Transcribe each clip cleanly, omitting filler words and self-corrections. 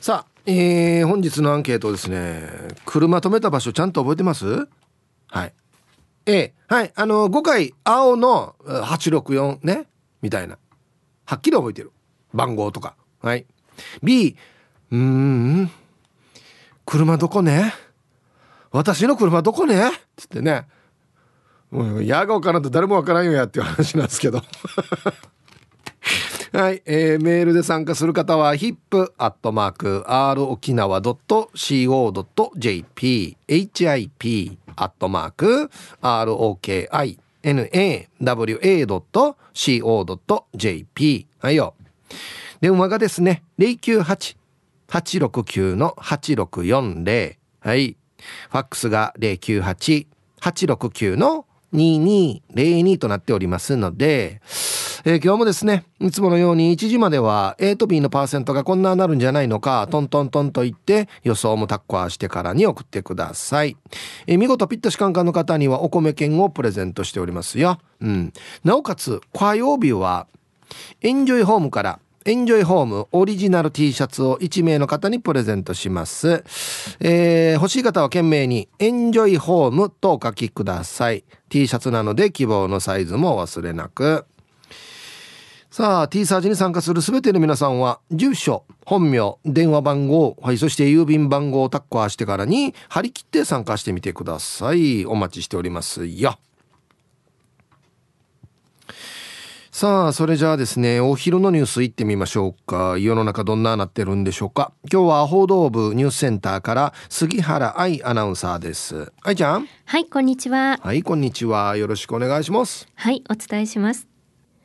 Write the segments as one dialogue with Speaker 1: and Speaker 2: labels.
Speaker 1: さあ、本日のアンケートですね。車止めた場所ちゃんと覚えてます？はい。はい。5回青の864ね。みたいな。はっきり覚えてる。番号とか。はい。B、車どこね？私の車どこね？つってね。やがわからんと誰もわからんよやっていう話なんですけど。はい、メールで参加する方は hip@rokinawa.co.jp hip@rokinawa.co.jp はいよ。電話がですね 098-869-8640 はい。ファックスが 098-869-2202 となっておりますので、今日もですね、いつものように1時までは A と B のパーセントがこんななるんじゃないのかトントントンと言って予想もタッコアしてからに送ってください。見事ピッタシカンカンの方にはお米券をプレゼントしておりますよ。なおかつ火曜日はエンジョイホームからエンジョイホームオリジナル T シャツを1名の方にプレゼントします。欲しい方は懸命にエンジョイホームとお書きください。 T シャツなので希望のサイズもお忘れなく。さあ T サージに参加するすべての皆さんは住所、本名、電話番号、はい、そして郵便番号をタッカーしてからに張り切って参加してみてください。お待ちしておりますよ。さあそれじゃあですね、お昼のニュースいってみましょうか。世の中どんななってるんでしょうか。今日は報道部ニュースセンターから杉原愛アナウンサーです。愛ちゃん。
Speaker 2: はい、こんにちは。
Speaker 1: はい、こんにちは。よろしくお願いします。
Speaker 2: はい、お伝えします。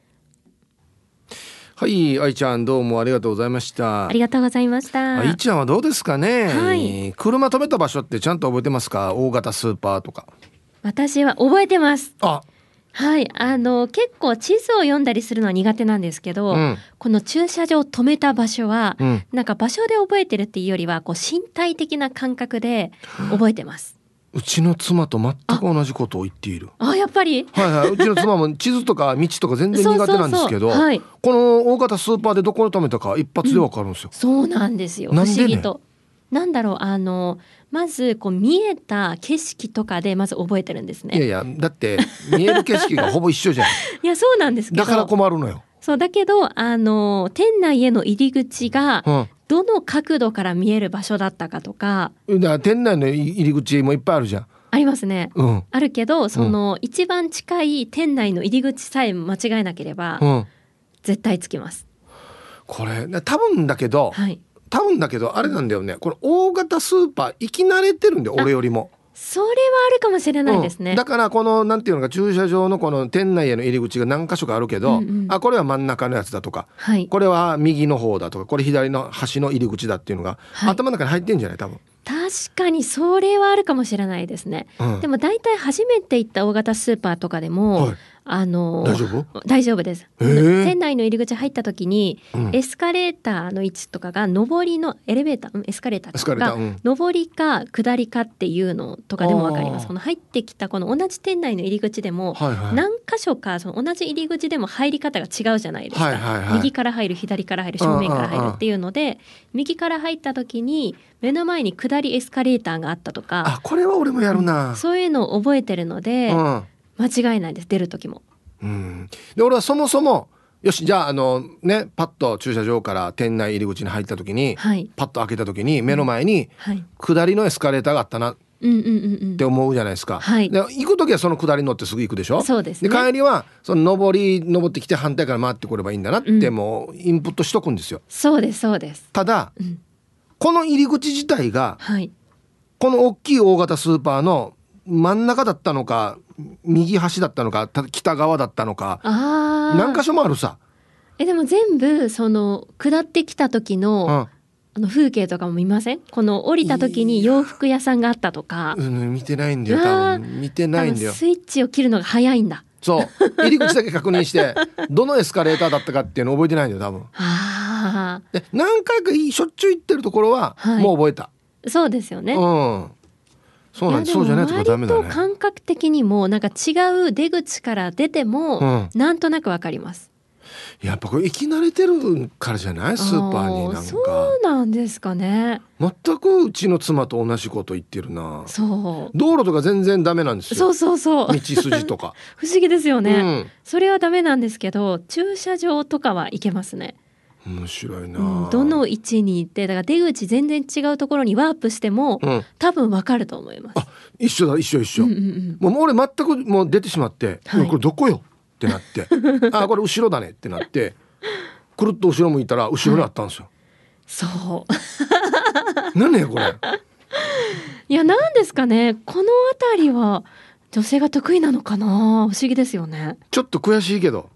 Speaker 1: はい、愛ちゃんどうもありがとうございました。
Speaker 2: ありがとうございました。
Speaker 1: 愛ちゃんはどうですかね、
Speaker 2: はい、
Speaker 1: 車止めた場所ってちゃんと覚えてますか？大型スーパーとか。
Speaker 2: 私は覚えてます。
Speaker 1: あ、
Speaker 2: はい、結構地図を読んだりするのは苦手なんですけど、この駐車場を止めた場所は、なんか場所で覚えてるっていうよりはこう身体的な感覚で覚えてます。
Speaker 1: うちの妻と全く同じことを言っている。
Speaker 2: やっぱり
Speaker 1: はいはい、うちの妻も地図とか道とか全然苦手なんですけど
Speaker 2: はい、
Speaker 1: この大型スーパーでどこに止めたか一発でわかるんですよ。
Speaker 2: そうなんですよ。不思議と。なんだろう、まずこう見えた景色とかでまず覚えてるんですね。
Speaker 1: いやいや、だって見える景色がほぼ一緒じゃん。
Speaker 2: いや、そうなんですけど。
Speaker 1: だから困るのよ。
Speaker 2: そうだけど、店内への入り口がどの角度から見える場所だったかとか。
Speaker 1: だから店内の入り口もいっぱいあるじゃん。
Speaker 2: ありますね。あるけど、その、一番近い店内の入り口さえ間違えなければ、絶対つきます。
Speaker 1: これ多分だけど、多分だけどあれなんだよね。これ大型スーパー生き慣れてるんだよ、俺よりも。
Speaker 2: それはあるかもしれないですね。
Speaker 1: だからこのなんていうのか、駐車場のこの店内への入り口が何箇所かあるけど、これは真ん中のやつだとか、これは右の方だとか、これ左の端の入り口だっていうのが、頭の中に入ってんじゃない？多分。
Speaker 2: 確かにそれはあるかもしれないですね。でも大体初めて行った大型スーパーとかでも、大丈夫です。店内の入り口入った時に、エスカレーターの位置とかが上りのエレベーター、エスカレーターとかが上りか下りかっていうのとかでも分かります。この入ってきたこの同じ店内の入り口でも、何箇所かその同じ入り口でも入り方が違うじゃないですか。右から入る、左から入る、正面から入るっていうので、右から入った時に目の前に下りエスカレーターがあったとか、
Speaker 1: これは俺もやるな、
Speaker 2: そういうのを覚えてるので、間違いないです、出る時も。
Speaker 1: で俺はそもそもよし、じゃあパッと駐車場から店内入り口に入った時に、パッと開けた時に目の前に下りのエスカレーターがあったなって思うじゃないですか。で行く時はその下り乗ってすぐ行くでしょ。
Speaker 2: そうですね。
Speaker 1: で帰りはその登ってきて反対から回ってこればいいんだなってもうインプットしとくんですよ。
Speaker 2: そうですそうです。
Speaker 1: ただ、この入り口自体が、この大きい大型スーパーの真ん中だったのか右端だったのか北側だったのか、何箇所もあるさ。
Speaker 2: でも全部その下ってきた時の、風景とかも見ません？この降りた時に洋服屋さんがあったとか。
Speaker 1: 見てないんだよ、多分見てないんだよ。
Speaker 2: スイッチを切るのが早いんだ。
Speaker 1: そう入り口だけ確認してどのエスカレーターだったかっていうの覚えてないんだよ多分。で何回かしょっちゅう行ってるところはもう覚えた。
Speaker 2: そうですよね。
Speaker 1: そうなんです。そうじゃないとこダメだね。
Speaker 2: 割と感覚的にもなんか違う出口から出ても、なんとなくわかります。
Speaker 1: やっぱこれ生き慣れてるからじゃない？スーパーになんか。
Speaker 2: そうなんでですかね。
Speaker 1: 全くうちの妻と同じこと言ってるな。
Speaker 2: そう、
Speaker 1: 道路とか全然ダメなんですよ。
Speaker 2: そうそうそう
Speaker 1: 道筋とか
Speaker 2: 不思議ですよね、
Speaker 1: うん、
Speaker 2: それはダメなんですけど駐車場とかは行けますね。
Speaker 1: 面白いな、
Speaker 2: どの位置に行ってだから出口全然違うところにワープしても、多分わかると思います。
Speaker 1: あ、一緒だ一緒、もう俺全くもう出てしまって、これどこよってなってあ、これ後ろだねってなってくるっと後ろ向いたら後ろにあったんですよ、
Speaker 2: そう
Speaker 1: 何ねこれ
Speaker 2: いや、なんですかね、このあたりは女性が得意なのかな、不思議ですよね。
Speaker 1: ちょっと悔しいけど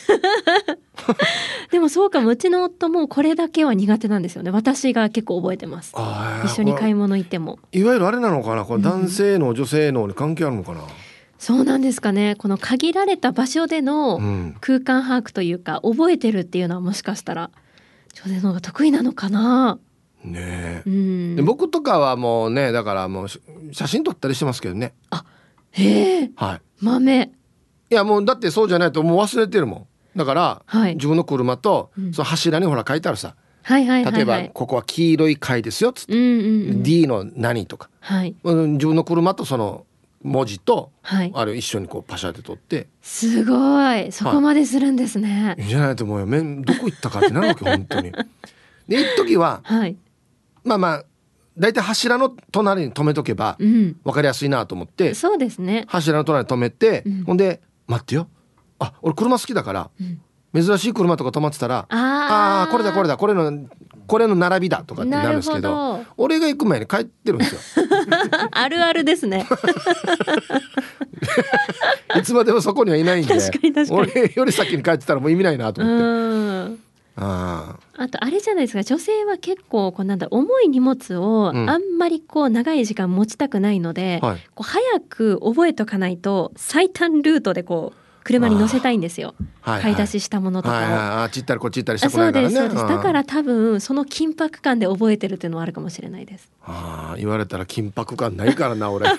Speaker 2: でもそうかも、うちの夫もこれだけは苦手なんですよね。私が結構覚えてます。一緒に買い物行っても。
Speaker 1: いわゆるあれなのかな、これ男性の女性のに関係あるのかな、
Speaker 2: そうなんですかね。この限られた場所での空間把握というか、覚えてるっていうのはもしかしたら女性の方が得意なのかな。
Speaker 1: ねえ、で僕とかはもうね、だからもう写真撮ったりしてますけどね。
Speaker 2: あ、へえ、
Speaker 1: はい、
Speaker 2: 豆。
Speaker 1: いやもうだってそうじゃないともう忘れてるもん。だから、自分の車とその柱にほら書いてあるさ、例えばここは黄色い階ですよっつって、D の何とか、自分の車とその文字と、あれ一緒にこうパシャって撮って。
Speaker 2: すごい、そこまでするんですね。
Speaker 1: いいんじゃないと思うよ。どこ行ったかってなるわけ本当に。で一時は、まあだいたい柱の隣に止めとけば分かりやすいなと思って、
Speaker 2: そうですね、
Speaker 1: 柱の隣に止めて、ほんで待ってよ、あ、俺車好きだから、珍しい車とか止まってたら、ああこれだこれの並びだとかってなるんですけど、俺が行く前に帰ってるんですよ
Speaker 2: あるあるですね
Speaker 1: いつまでもそこにはいないんで、
Speaker 2: 確かに
Speaker 1: 俺より先に帰ってたらもう意味ないなと思って。
Speaker 2: あとあれじゃないですか、女性は結構こうなんだ重い荷物をあんまりこう長い時間持ちたくないので、こう早く覚えとかないと最短ルートでこう車に乗せたいんですよ、買い出ししたものとかを、
Speaker 1: あっち行ったりこっち行ったりしたくないからね。
Speaker 2: そうです、だから多分その緊迫感で覚えてるっていうのはあるかもしれないです。
Speaker 1: 言われたら緊迫感ないからな俺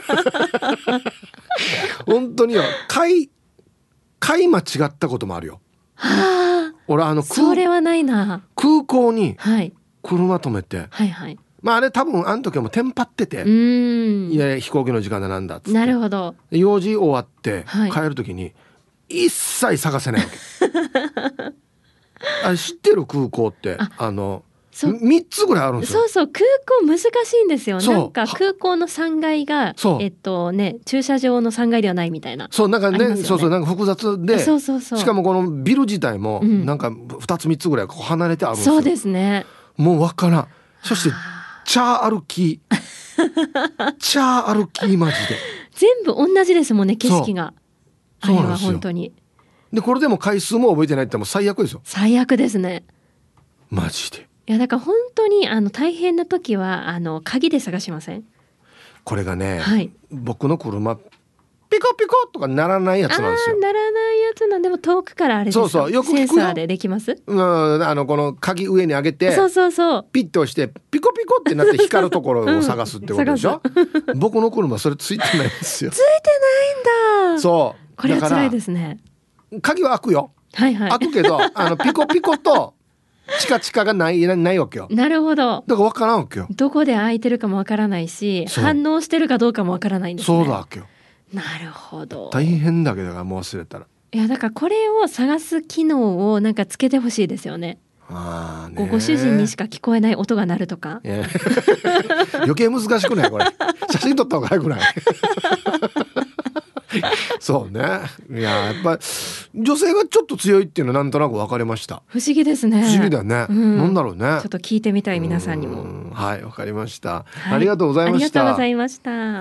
Speaker 1: 本当によ、買い間違ったこともあるよ。俺
Speaker 2: それはないな。
Speaker 1: 空港に車止めて、まああれ多分あの時はもうテンパってて、いや飛行機の時間だなんだっつって、
Speaker 2: なるほど、
Speaker 1: 用事終わって帰る時に一切探せないわけあれ知ってる？空港って3つぐらいあるんですよ。
Speaker 2: そう、空港難しいんですよ。なんか空港の3階が駐車場の3階ではないみたいな、
Speaker 1: そうなんかね、そうなんか複雑で、しかもこのビル自体もなんか2つ3つぐらい離れてあるんですよ。
Speaker 2: そうですね、
Speaker 1: もうわからん。そしてチャー歩きマジで
Speaker 2: 全部同じですもんね、景色が。あれは本当に。
Speaker 1: でこれでも回数も覚えてないってもう最悪ですよ。
Speaker 2: 最悪ですね、
Speaker 1: マジで。
Speaker 2: いやだから本当に大変な時は鍵で探しません？
Speaker 1: これがね、僕の車ピコピコとかならないやつなんですよ。
Speaker 2: ならないやつなんでも遠くからあれですか？
Speaker 1: そうよく聞くよ。
Speaker 2: センサーでできます？
Speaker 1: この鍵上に上げて
Speaker 2: そう
Speaker 1: ピッと押してピコピコってなって光るところを探すってことでしょ、僕の車それついてないんですよ。
Speaker 2: ついてないんだ。
Speaker 1: そう
Speaker 2: これは辛いですね。
Speaker 1: 鍵は開くよ、開くけどピコピコとチカチカがないわけよ。
Speaker 2: なるほど。
Speaker 1: だから分からんわけよ。
Speaker 2: どこで開いてるかも分からないし、反応してるかどうかも分からないんですね。
Speaker 1: そうだわけよ。
Speaker 2: なるほど。
Speaker 1: 大変だけど、もう忘れたら。
Speaker 2: いやだからこれを探す機能をなんかつけてほしいですよね。ご主人にしか聞こえない音が鳴るとか。
Speaker 1: 余計難しくないこれ。写真撮った方が早くないそうね。いややっぱ女性がちょっと強いっていうのはなんとなく分かりました。
Speaker 2: 不思議ですね。
Speaker 1: 不思議だよね、なんだろうね。ち
Speaker 2: ょっと聞いてみたい、皆さんにも。
Speaker 1: はい、分かりました、ありがとうございました。
Speaker 2: ありがとうございました。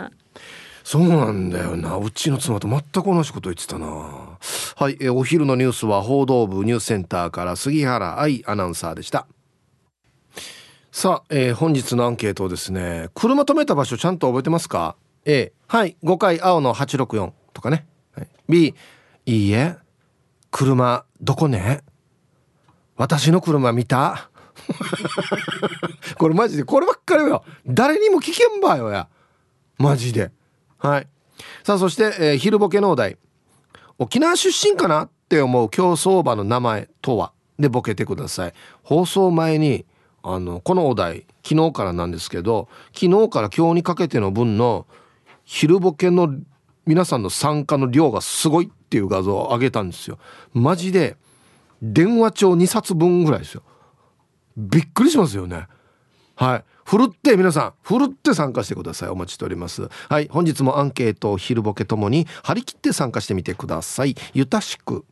Speaker 1: そうなんだよな、うちの妻と全く同じこと言ってたな。はい、お昼のニュースは報道部ニュースセンターから杉原愛アナウンサーでした。さあ、本日のアンケートをですね、車止めた場所ちゃんと覚えてますか？ A、 はい5回青の864とかね、はい、B、 いいえ車どこね、私の車見たこれマジでこればっかりよ、誰にも聞けんばよやマジで。はい。さあそして、昼ボケのお題、沖縄出身かなって思う競走馬の名前とはでボケてください。放送前にこのお題昨日からなんですけど、昨日から今日にかけての分の昼ボケの皆さんの参加の量がすごいっていう画像を上げたんですよ。マジで電話帳2冊分ぐらいですよ。びっくりしますよね。はい、ふるって皆さんふるって参加してください。お待ちしております。はい、本日もアンケート昼ボケともに張り切って参加してみてください。ゆたしく。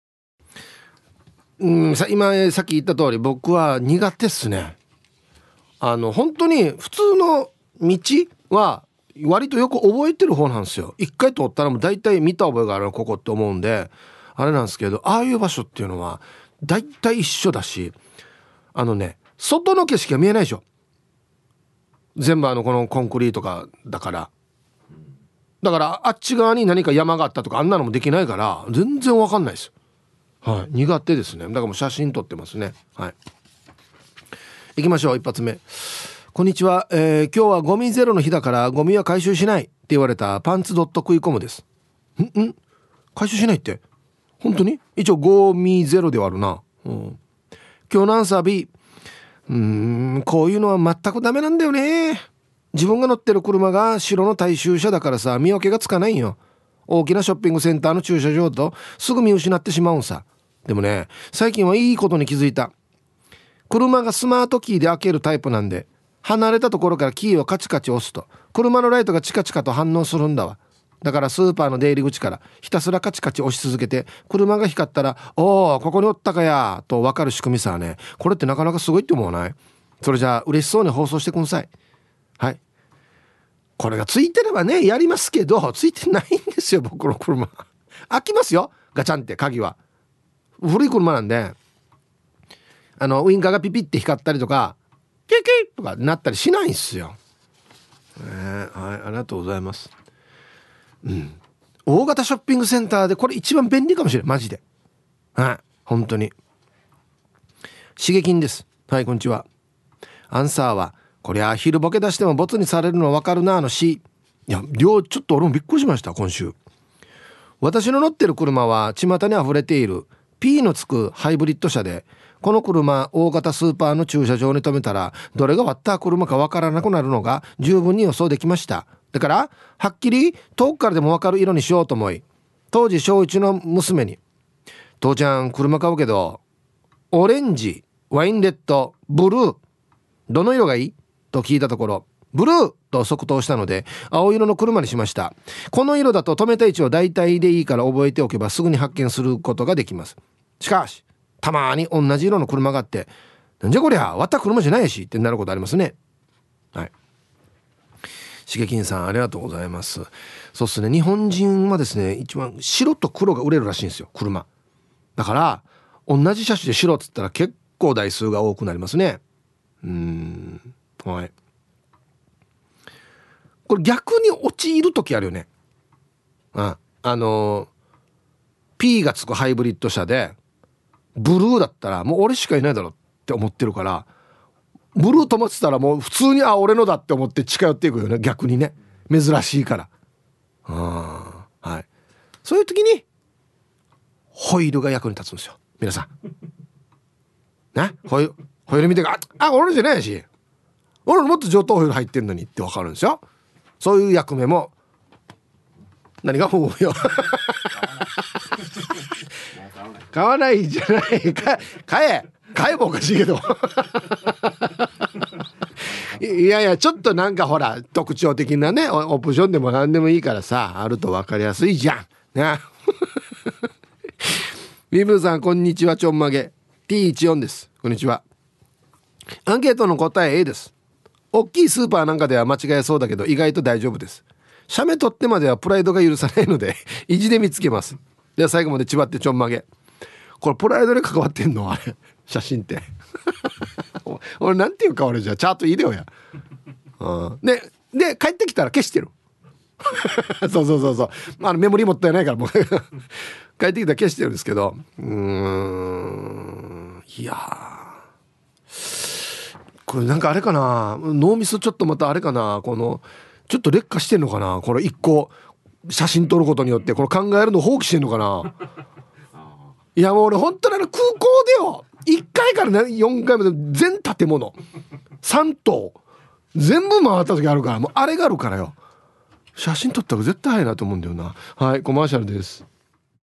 Speaker 1: 今さっき言った通り僕は苦手っすね。本当に普通の道は割とよく覚えてる方なんですよ。一回通ったらもう大体見た覚えがあるのここって思うんであれなんですけど、ああいう場所っていうのは大体一緒だし、外の景色が見えないでしょ。全部このコンクリートがだからあっち側に何か山があったとかあんなのもできないから全然わかんないです。はい、苦手ですね。だからもう写真撮ってますね。はい、行きましょう。一発目、こんにちは、今日はゴミゼロの日だからゴミは回収しないって言われたパンツドット食い込むです。回収しないって本当に？一応ゴミゼロではあるな、今日のアンサー B。 こういうのは全くダメなんだよね。自分が乗ってる車が白の大衆車だからさ、見分けがつかないよ。大きなショッピングセンターの駐車場とすぐ見失ってしまうんさ。でもね、最近はいいことに気づいた。車がスマートキーで開けるタイプなんで、離れたところからキーをカチカチ押すと車のライトがチカチカと反応するんだわ。だからスーパーの出入り口からひたすらカチカチ押し続けて、車が光ったらおーここにおったかやと分かる仕組みさね。これってなかなかすごいって思わない？それじゃあ嬉しそうに放送してください。はい、これがついてればねやりますけど、ついてないんですよ僕の車。開きますよガチャンって鍵は。古い車なんでウインカーがピピって光ったりとかキュキュとかなったりしないんですよ。はい、ありがとうございます。大型ショッピングセンターでこれ一番便利かもしれないマジで。はい、本当に。しげきんです。はい、こんにちは。アンサーはこりゃ昼ボケ出してもボツにされるの分かるなあの C。 いやちょっと俺もびっくりしました。今週私の乗ってる車は巷にあふれている P のつくハイブリッド車で、この車大型スーパーの駐車場に停めたらどれが割った車か分からなくなるのが十分に予想できました。だからはっきり遠くからでも分かる色にしようと思い、当時小1の娘に父ちゃん車買うけどオレンジ、ワインレッド、ブルーどの色がいいと聞いたところブルーと即答したので青色の車にしました。この色だと止めた位置を大体でいいから覚えておけばすぐに発見することができます。しかしたまに同じ色の車があってなんじゃこりゃ割った車じゃないしってなることありますね。はい、しげきんさんありがとうございます。そうっすね、日本人はですね一番白と黒が売れるらしいんですよ車だから。同じ車種で白っつったら結構台数が多くなりますね。はい、これ逆に陥る時あるよね。P がつくハイブリッド車でブルーだったらもう俺しかいないだろって思ってるから、ブルー止まってたらもう普通に俺のだって思って近寄っていくよね。逆にね珍しいから。はい、そういう時にホイールが役に立つんですよ皆さんね。ホイール見て俺じゃないし、俺もっと上等ホイール入ってんのにって分かるんですよ。そういう役目も何が思うよ買わないじゃないか、買えばおかしいけどいやちょっとなんかほら特徴的なねオプションでも何でもいいからさあると分かりやすいじゃんねビブさんこんにちは。ちょんまげ T14 です。こんにちは。アンケートの答え A です。大きいスーパーなんかでは間違えそうだけど意外と大丈夫です。写メ撮ってまではプライドが許さないので意地で見つけます。では最後までちばってちょんまげ。これプライドで関わってんのあれ写真って俺なんていうか俺じゃチャートいいだよや、で帰ってきたら消してるそうメモリー持ってないからもう帰ってきたら消してるんですけど、いやこれなんかあれかな、脳みそちょっとまたあれかな、このちょっと劣化してんのかな、これ一個写真撮ることによってこの考えるの放棄してんのかないやもう俺本当に空港でよ、1階から、ね、4階まで全建物3棟全部回った時あるから、もうあれがあるからよ、写真撮ったら絶対早いなと思うんだよな。はい、コマーシャルです。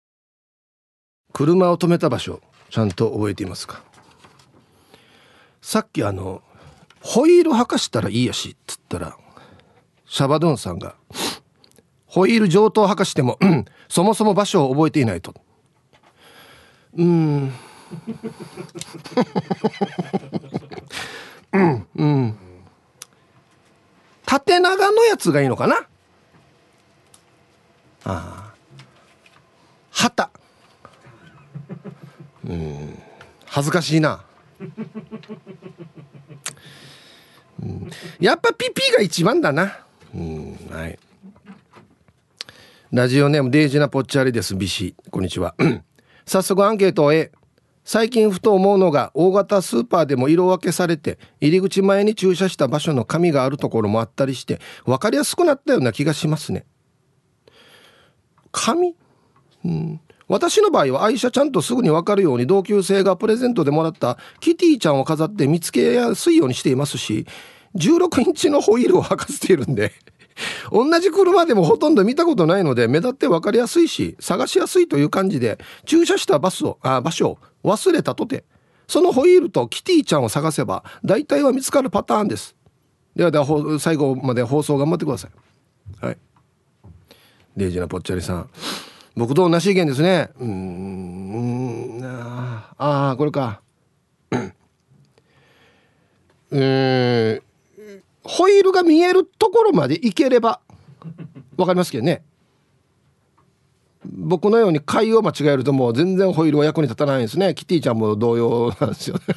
Speaker 1: 車を止めた場所ちゃんと覚えていますか？さっきホイール履かしたらいいやしっつったら、シャバドゥンさんがホイール上等履かしても、そもそも場所を覚えていないと。縦長のやつがいいのかな。ああ、旗。恥ずかしいな。やっぱピピが一番だな。はい。ラジオネームデイジナポッチャリです。ビシ、こんにちは。早速アンケートを最近ふと思うのが、大型スーパーでも色分けされて入り口前に駐車した場所の紙があるところもあったりして分かりやすくなったような気がしますね。紙、私の場合は愛車ちゃんとすぐに分かるように同級生がプレゼントでもらったキティちゃんを飾って見つけやすいようにしていますし、16インチのホイールを履かせているんで同じ車でもほとんど見たことないので目立って分かりやすいし探しやすいという感じで、駐車した場所を忘れたとてそのホイールとキティちゃんを探せば大体は見つかるパターンです。では最後まで放送頑張ってください。はい、デイジナポッチャリさん、僕と同じ意見ですね。これか。ホイールが見えるところまで行ければわかりますけどね。僕のように階を間違えるともう全然ホイールは役に立たないんですね。キティちゃんも同様なんですよね。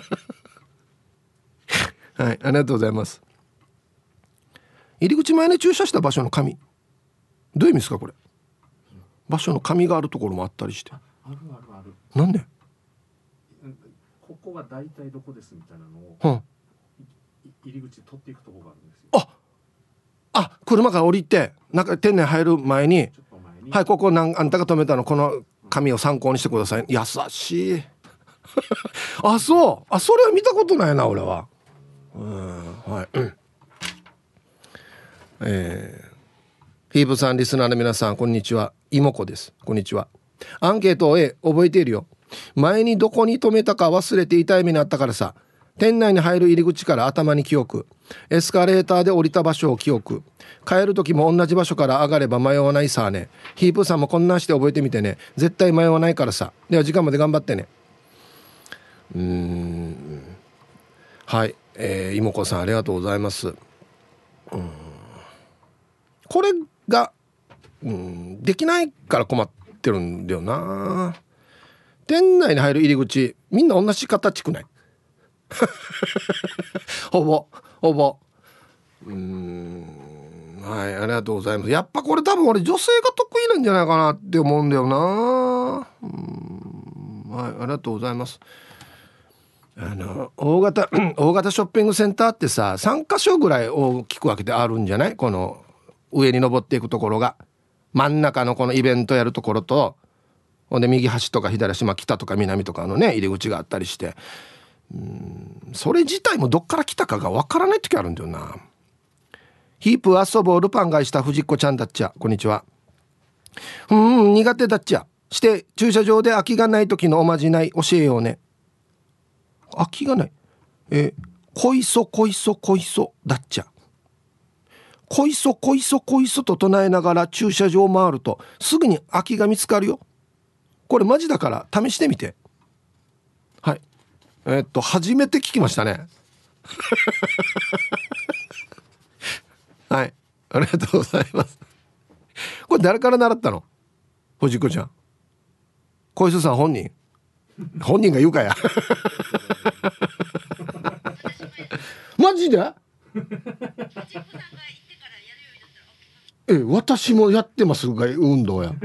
Speaker 1: はい、ありがとうございます。入り口前に駐車した場所の紙、どういう意味ですかこれ。場所の紙があるところもあったりして、
Speaker 3: ある
Speaker 1: なんで
Speaker 3: ここが大体どこですみたいなのを、入り口取っていくところがあるんですよ。
Speaker 1: 車から降りてなんか店内入る前に、はい、ここあんたが止めたのこの紙を参考にしてください。優しい。それは見たことないな俺は。はい。ヒープさん、リスナーの皆さんこんにちは、いもこです。こんにちは。アンケートを覚えているよ。前にどこに止めたか忘れて痛い目にあったからさ。店内に入る入り口から頭に記憶、エスカレーターで降りた場所を記憶、帰る時も同じ場所から上がれば迷わないさね。ヒープさんもこんなんして覚えてみてね。絶対迷わないからさ。では時間まで頑張ってね。はい、いもこさんありがとうございます。これができないから困ってるんだよな。店内に入る入り口みんな同じ形くない？ほぼはい、ありがとうございます。やっぱこれ多分俺女性が得意なんじゃないかなって思うんだよな。はい、ありがとうございます。大型ショッピングセンターってさ、3カ所ぐらい大きく分けてあるんじゃない？この上に登っていくところが、真ん中のこのイベントやるところと、ほんで右端とか左端、北とか南とかのね入り口があったりして、それ自体もどっから来たかがわからない時あるんだよな。ヒープ遊ぼうルパンがした藤子ちゃんだっちゃ、こんにちは。苦手だっちゃして駐車場で空きがない時のおまじない教えようね。空きがない、こいそだっちゃ。こいそと唱えながら駐車場を回るとすぐに空きが見つかるよ。これマジだから試してみて。はい、初めて聞きましたね。はい、ありがとうございます。これ誰から習ったの？藤子ちゃん、小磯さん本人が言うかや。マジで？私もやってますが運動や。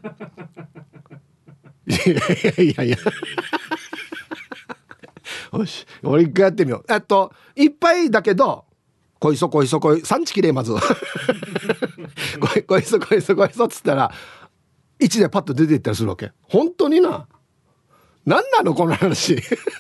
Speaker 1: いやよし、俺一回やってみよう。いっぱいだけど、こいそ産地きれいまず。こいそっつったら1でパッと出ていったりするわけ。本当にな。 何なのこの話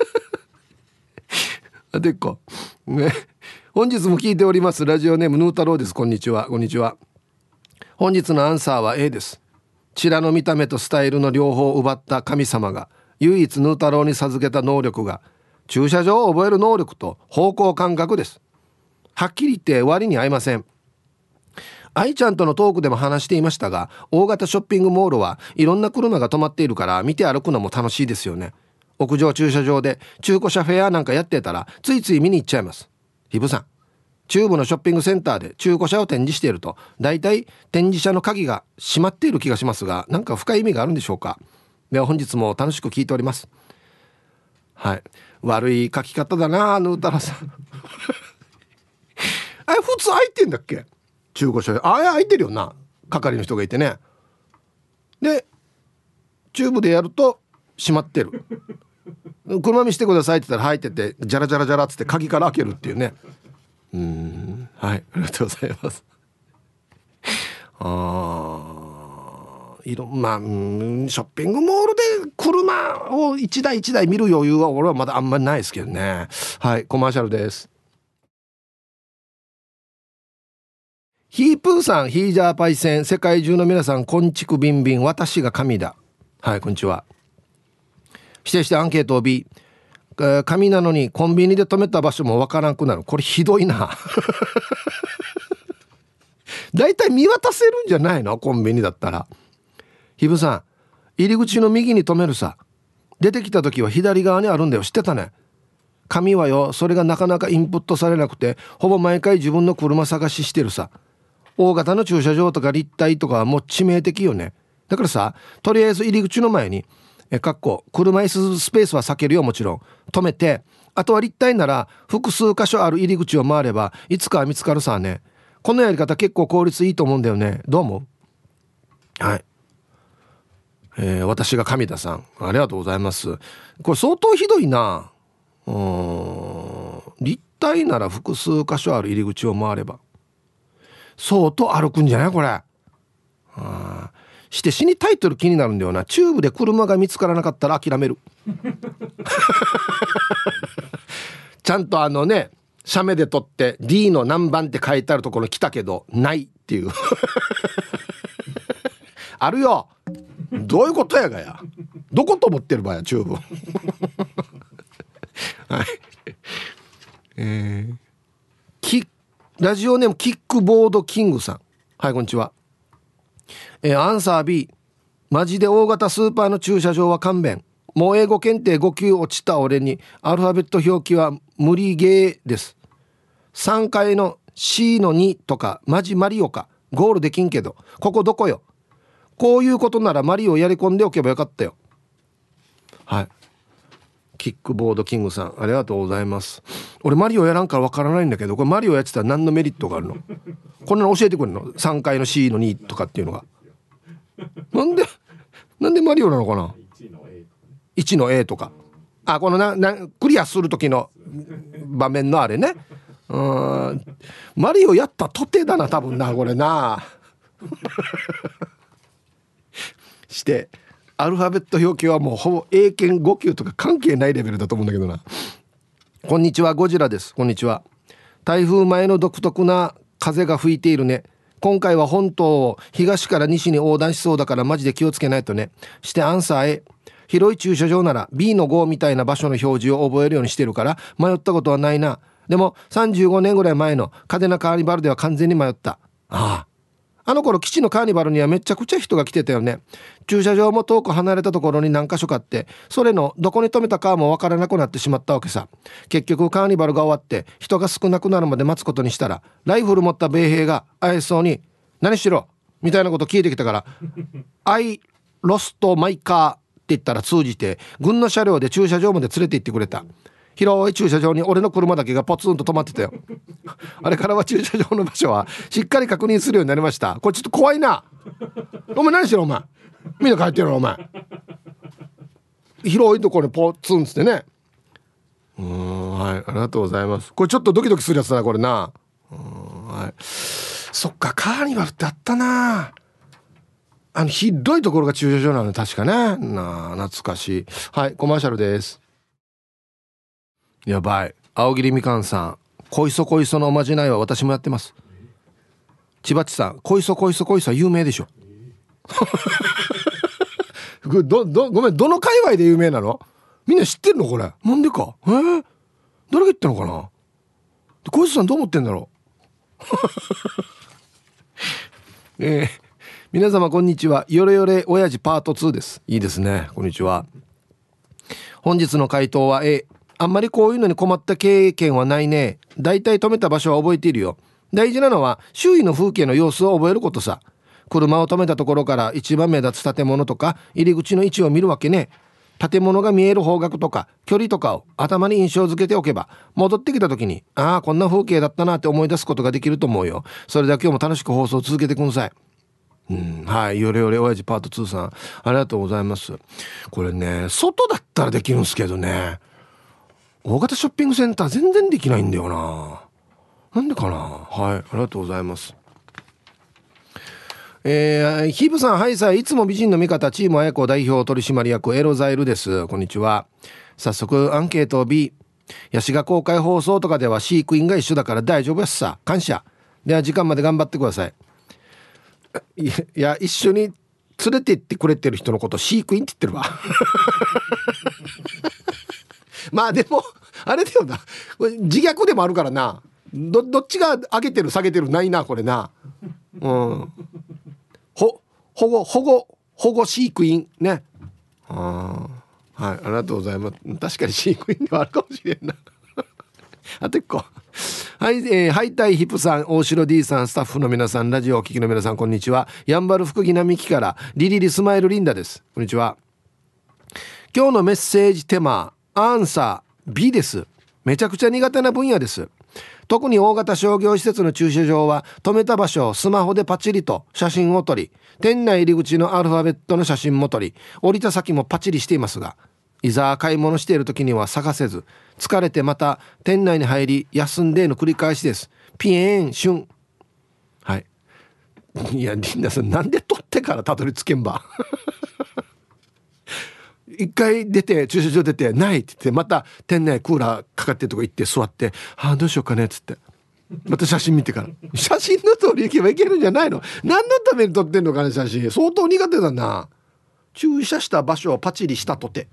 Speaker 1: でっこね。本日も聞いておりますラジオネームヌー太郎です。こんにちは。こんにちは。本日のアンサーは A です。チラの見た目とスタイルの両方を奪った神様が唯一ヌー太郎に授けた能力が駐車場を覚える能力と方向感覚です。はっきり言って割に合いません。愛ちゃんとのトークでも話していましたが、大型ショッピングモールはいろんな車が止まっているから見て歩くのも楽しいですよね。屋上駐車場で中古車フェアなんかやってたらついつい見に行っちゃいます。ひぶさん、中部のショッピングセンターで中古車を展示しているとだいたい展示車の鍵が閉まっている気がしますが、なんか深い意味があるんでしょうか。では本日も楽しく聞いております。はい、悪い書き方だなヌータラさんあれ普通開いてんだっけ中古車。あれ開いてるよな、係の人がいてね。でチューブでやると閉まってる車見してくださいって言ったら入っててジャラジャラジャラっつって鍵から開けるっていうね。はい、ありがとうございますまあショッピングモールで車を一台一台見る余裕は俺はまだあんまりないですけどね。はい、コマーシャルです。ヒープーさん、ヒージャーパイセン、世界中の皆さんこんちくビンビン、私が神だ。はい、こんにちは。指定してアンケートを B、 神なのにコンビニで止めた場所もわからなくなる。これひどいなだいたい見渡せるんじゃないの、コンビニだったら。ひぶさん、入り口の右に止めるさ。出てきた時は左側にあるんだよ、知ってたね。神はよ、それがなかなかインプットされなくてほぼ毎回自分の車探ししてるさ。大型の駐車場とか立体とかはもう致命的よね。だからさ、とりあえず入り口の前に車椅子スペースは避けるよ、もちろん止めて、あとは立体なら複数箇所ある入り口を回ればいつかは見つかるさね。このやり方結構効率いいと思うんだよね。どう思う？はい、私が神田さん、ありがとうございます。これ相当ひどいな。立体なら複数箇所ある入り口を回れば相当歩くんじゃないこれ。して死にタイトル気になるんだよな。チューブで車が見つからなかったら諦めるちゃんと写メで撮って D の何番って書いてあるところ来たけどないっていうあるよ。どういうことやがや、どこと思ってる場合やチューブはいラジオネームキックボードキングさん、はい、こんにちは。アンサー B、 マジで大型スーパーの駐車場は勘弁。もう英語検定5級落ちた俺にアルファベット表記は無理ゲーです。3階の C の2とかマジマリオか、ゴールできんけどここどこよ。こういうことならマリオやり込んでおけばよかったよ。はい、キックボードキングさん、ありがとうございます。俺マリオやらんからわからないんだけど、これマリオやってたら何のメリットがあるの？こんなの教えてくれるの？3階の C の2とかっていうのがなんでマリオなのかな。1の A とか、あ、このクリアする時の場面のあれね。マリオやったとてだな多分なこれなしてアルファベット表記はもうほぼ英検5級とか関係ないレベルだと思うんだけどな。こんにちは、ゴジラです。こんにちは。台風前の独特な風が吹いているね。今回は本島を東から西に横断しそうだからマジで気をつけないとね。してアンサー A、 広い駐車場なら B の5みたいな場所の表示を覚えるようにしてるから迷ったことはないな。でも35年ぐらい前の嘉手納カーニバルでは完全に迷った。あの頃基地のカーニバルにはめちゃくちゃ人が来てたよね。駐車場も遠く離れたところに何か所かあって、それのどこに止めたかもわからなくなってしまったわけさ。結局カーニバルが終わって人が少なくなるまで待つことにしたら、ライフル持った米兵が怪しそうに何しろみたいなこと聞いてきたからI lost my car って言ったら通じて軍の車両で駐車場まで連れて行ってくれた。広い駐車場に俺の車だけがポツンと止まってたよあれからは駐車場の場所はしっかり確認するようになりました。これちょっと怖いな。お前何しろお前みんな帰ってるのお前広いところにポツンつってね。はい、ありがとうございます。これちょっとドキドキするやつだなこれな。はい、そっか、カーニバルってあったな。 ひどいところが駐車場なの確かね。懐かしい。はい、コマーシャルです。やばい。青桐みかんさん、こいそこいそのおまじないは私もやってます。千葉地さん、こいそこいそこいそは有名でしょ。ごめん、どの界隈で有名なの？みんな知ってんのこれ？なんでか？誰が言ってんのかな？こいそさんどう思ってんだろう。皆様こんにちは。よれよれ親父パート2です。いいですね。こんにちは。本日の回答は A。あんまりこういうのに困った経験はないね。だいたい止めた場所は覚えているよ。大事なのは周囲の風景の様子を覚えることさ。車を止めたところから一番目立つ建物とか入り口の位置を見るわけね。建物が見える方角とか距離とかを頭に印象づけておけば、戻ってきた時にこんな風景だったなって思い出すことができると思うよ。それでは今日も楽しく放送を続けてください。はい、よれよれ親父パート2さん、ありがとうございます。これね、外だったらできるんですけどね、大型ショッピングセンター全然できないんだよな。なんでかな。はい、ありがとうございます。ヒブさん、はいさい、いつも美人の味方チームあやこ代表取締役エロザイルです。こんにちは。早速アンケート B。 ヤシが公開放送とかでは飼育員が一緒だから大丈夫やっさ。感謝。では時間まで頑張ってください。いや一緒に連れて行ってくれてる人のこと飼育員って言ってるわ。まあでもあれだよな、自虐でもあるからな。どっちが上げてる下げてるないなこれな。保護飼育員ね。はい、ありがとうございます。確かに飼育員ではあるかもしれんな。あと1個。はい、ハイタイヒップさん、大城 D さん、スタッフの皆さん、ラジオをお聞きの皆さん、こんにちは。やんばる福木並木からリリリスマイルリンダです。こんにちは。今日のメッセージテーマ、アンサー B です。めちゃくちゃ苦手な分野です。特に大型商業施設の駐車場は止めた場所をスマホでパチリと写真を撮り、店内入り口のアルファベットの写真も撮り、降りた先もパチリしていますが、いざ買い物している時には探せず、疲れてまた店内に入り休んでの繰り返しです。ピエーンシュン。はい。いやリンダさん、なんで撮ってからたどり着けんば。一回出て駐車場出てないって言って、また店内クーラーかかってるとこ行って座って、どうしようかねっつって、また写真見てから写真の通り行けばいけるんじゃないの？何のために撮ってんのかね。写真相当苦手だな。駐車した場所をパチリしたとて。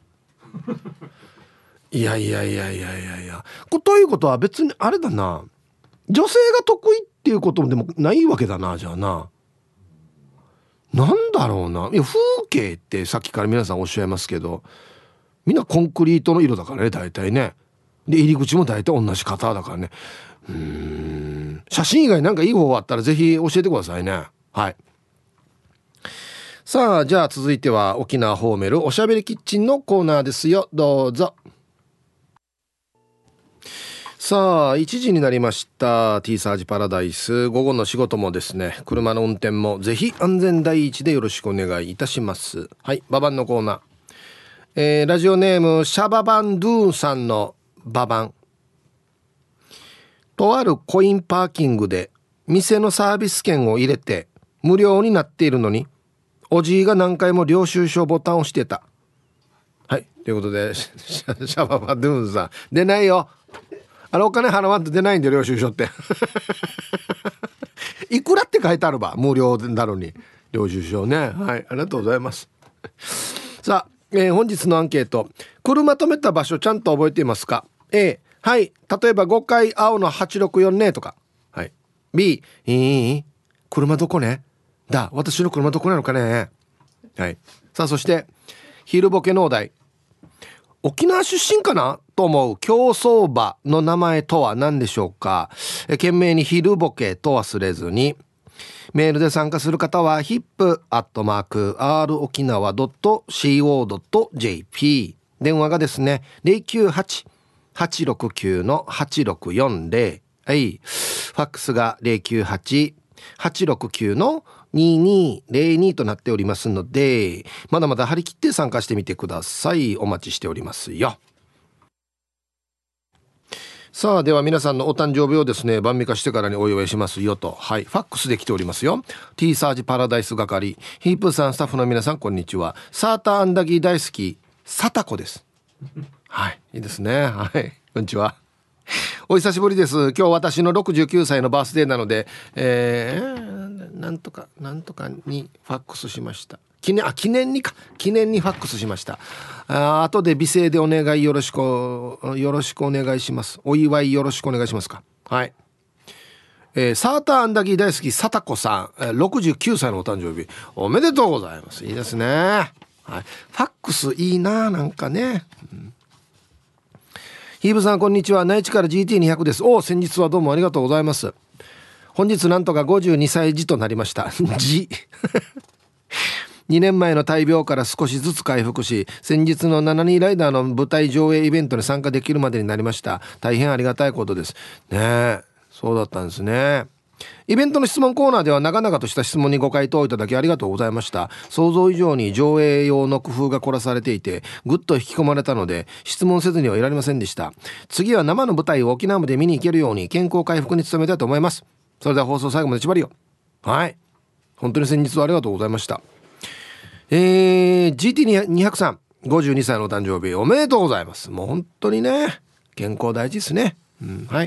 Speaker 1: いやということは別にあれだな、女性が得意っていうことでもないわけだな。じゃあなんだろうな。いや風景ってさっきから皆さんおっしゃいますけど、みんなコンクリートの色だからね大体ね。で入り口も大体同じ型だからね。写真以外なんかいい方法あったらぜひ教えてくださいね。はい。さあじゃあ続いては沖縄ホーメルおしゃべりキッチンのコーナーですよ。どうぞ。さあ1時になりました。 T サージパラダイス、午後の仕事もですね、車の運転もぜひ安全第一でよろしくお願いいたします。はい、ババンのコーナー、ラジオネームシャババンドゥーンさんのババン。とあるコインパーキングで店のサービス券を入れて無料になっているのに、おじいが何回も領収書ボタンを押してた。はい、ということでシャババンドゥーンさん、出ないよ、お金払わんと出ないんで領収書っていくらって書いてあるば無料なのに領収書ね。はい、ありがとうございます。さあ、本日のアンケート、車止めた場所ちゃんと覚えていますか？ A、 はい、例えば5階青の864ねとか。はい。 B、 車どこねだ、私の車どこなのかね。はい。さあそして昼ボケのお題、沖縄出身かなと思う競走馬の名前とは何でしょうか？懸命に昼ボケと忘れずに。メールで参加する方は hip@rokinawa.co.jp、 電話がですね 098-869-8640、 はい、ファックスが 098-869-2202 となっておりますので、まだまだ張り切って参加してみてください。お待ちしておりますよ。 さあでは皆さんのお誕生日をですね晩御飯してからにお祝いしますよと、はい、ファックスで来ておりますよ。 T サージパラダイス係、ヒープーさん、スタッフの皆さんこんにちは。サーターアンダギー大好きサタコです。はい、いいですね。はい、こんにちは。お久しぶりです。今日私の69歳のバースデーなので、なんとかにファックスしました。記念にファックスしました。後で美声でお願いよろしくお願いします。お祝いよろしくお願いしますか。はい。サーターアンダギー大好きサタコさん、69歳のお誕生日おめでとうございます。いいですね。はい、ファックスいいな、なんかね、ヒーブさんこんにちは。内地から GT200 です。先日はどうもありがとうございます。本日なんとか52歳児となりました児2年前の大病から少しずつ回復し、先日の72ライダーの舞台上映イベントに参加できるまでになりました。大変ありがたいことですね。そうだったんですね。イベントの質問コーナーでは長々とした質問にご回答いただきありがとうございました。想像以上に上映用の工夫が凝らされていてぐっと引き込まれたので質問せずにはいられませんでした。次は生の舞台を沖縄まで見に行けるように健康回復に努めたいと思います。それでは放送最後まで縛りよ。はい、本当に先日はありがとうございました。GT200 さん52歳のお誕生日おめでとうございます。もう本当にね健康大事ですね。はい。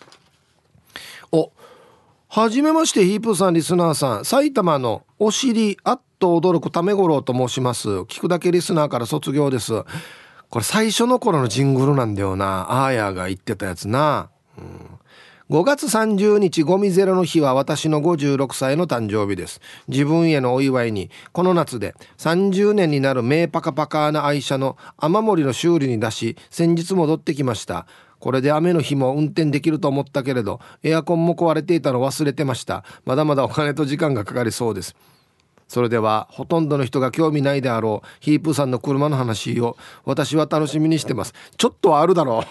Speaker 1: はじめまして、ヒープーさん、リスナーさん、埼玉のお尻あっと驚くためごろうと申します。聞くだけリスナーから卒業です。これ最初の頃のジングルなんだよな。アーヤが言ってたやつな。5月30日ゴミゼロの日は私の56歳の誕生日です。自分へのお祝いにこの夏で30年になる名パカパカな愛車の雨漏りの修理に出し、先日戻ってきました。これで雨の日も運転できると思ったけれどエアコンも壊れていたの忘れてました。まだまだお金と時間がかかりそうです。それではほとんどの人が興味ないであろうヒープーさんの車の話を私は楽しみにしてます。ちょっとはあるだろ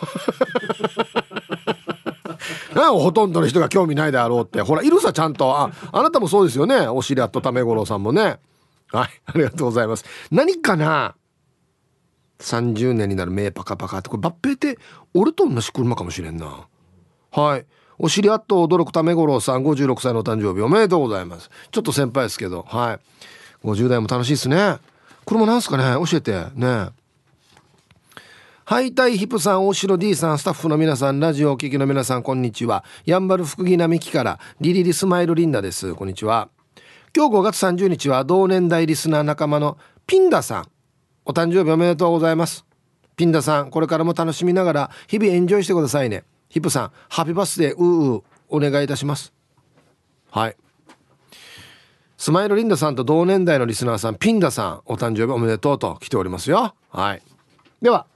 Speaker 1: うほとんどの人が興味ないであろうって、ほらいるさちゃんと。あなたもそうですよね。おしりあっとためごろうさんもね。はい、ありがとうございます。何かな、30年になる名パカパカって、これ抜兵って俺と同じ車かもしれんな。はい、おしりあっと驚くためごろうさん56歳のお誕生日おめでとうございます。ちょっと先輩ですけど、はい、50代も楽しいですね。車なんすかね、教えてね。はい、タイヒプさん、大城 D さん、スタッフの皆さん、ラジオお聞きの皆さん、こんにちは。やんばる福木並木からリリリスマイルリンダです。こんにちは。今日5月30日は同年代リスナー仲間のピンダさん、お誕生日おめでとうございます。ピンダさん、これからも楽しみながら日々エンジョイしてくださいね。ヒプさん、ハッピーバースデーお願いいたします。はい、スマイルリンダさんと同年代のリスナーさん、ピンダさん、お誕生日おめでとうと来ておりますよ。はい、では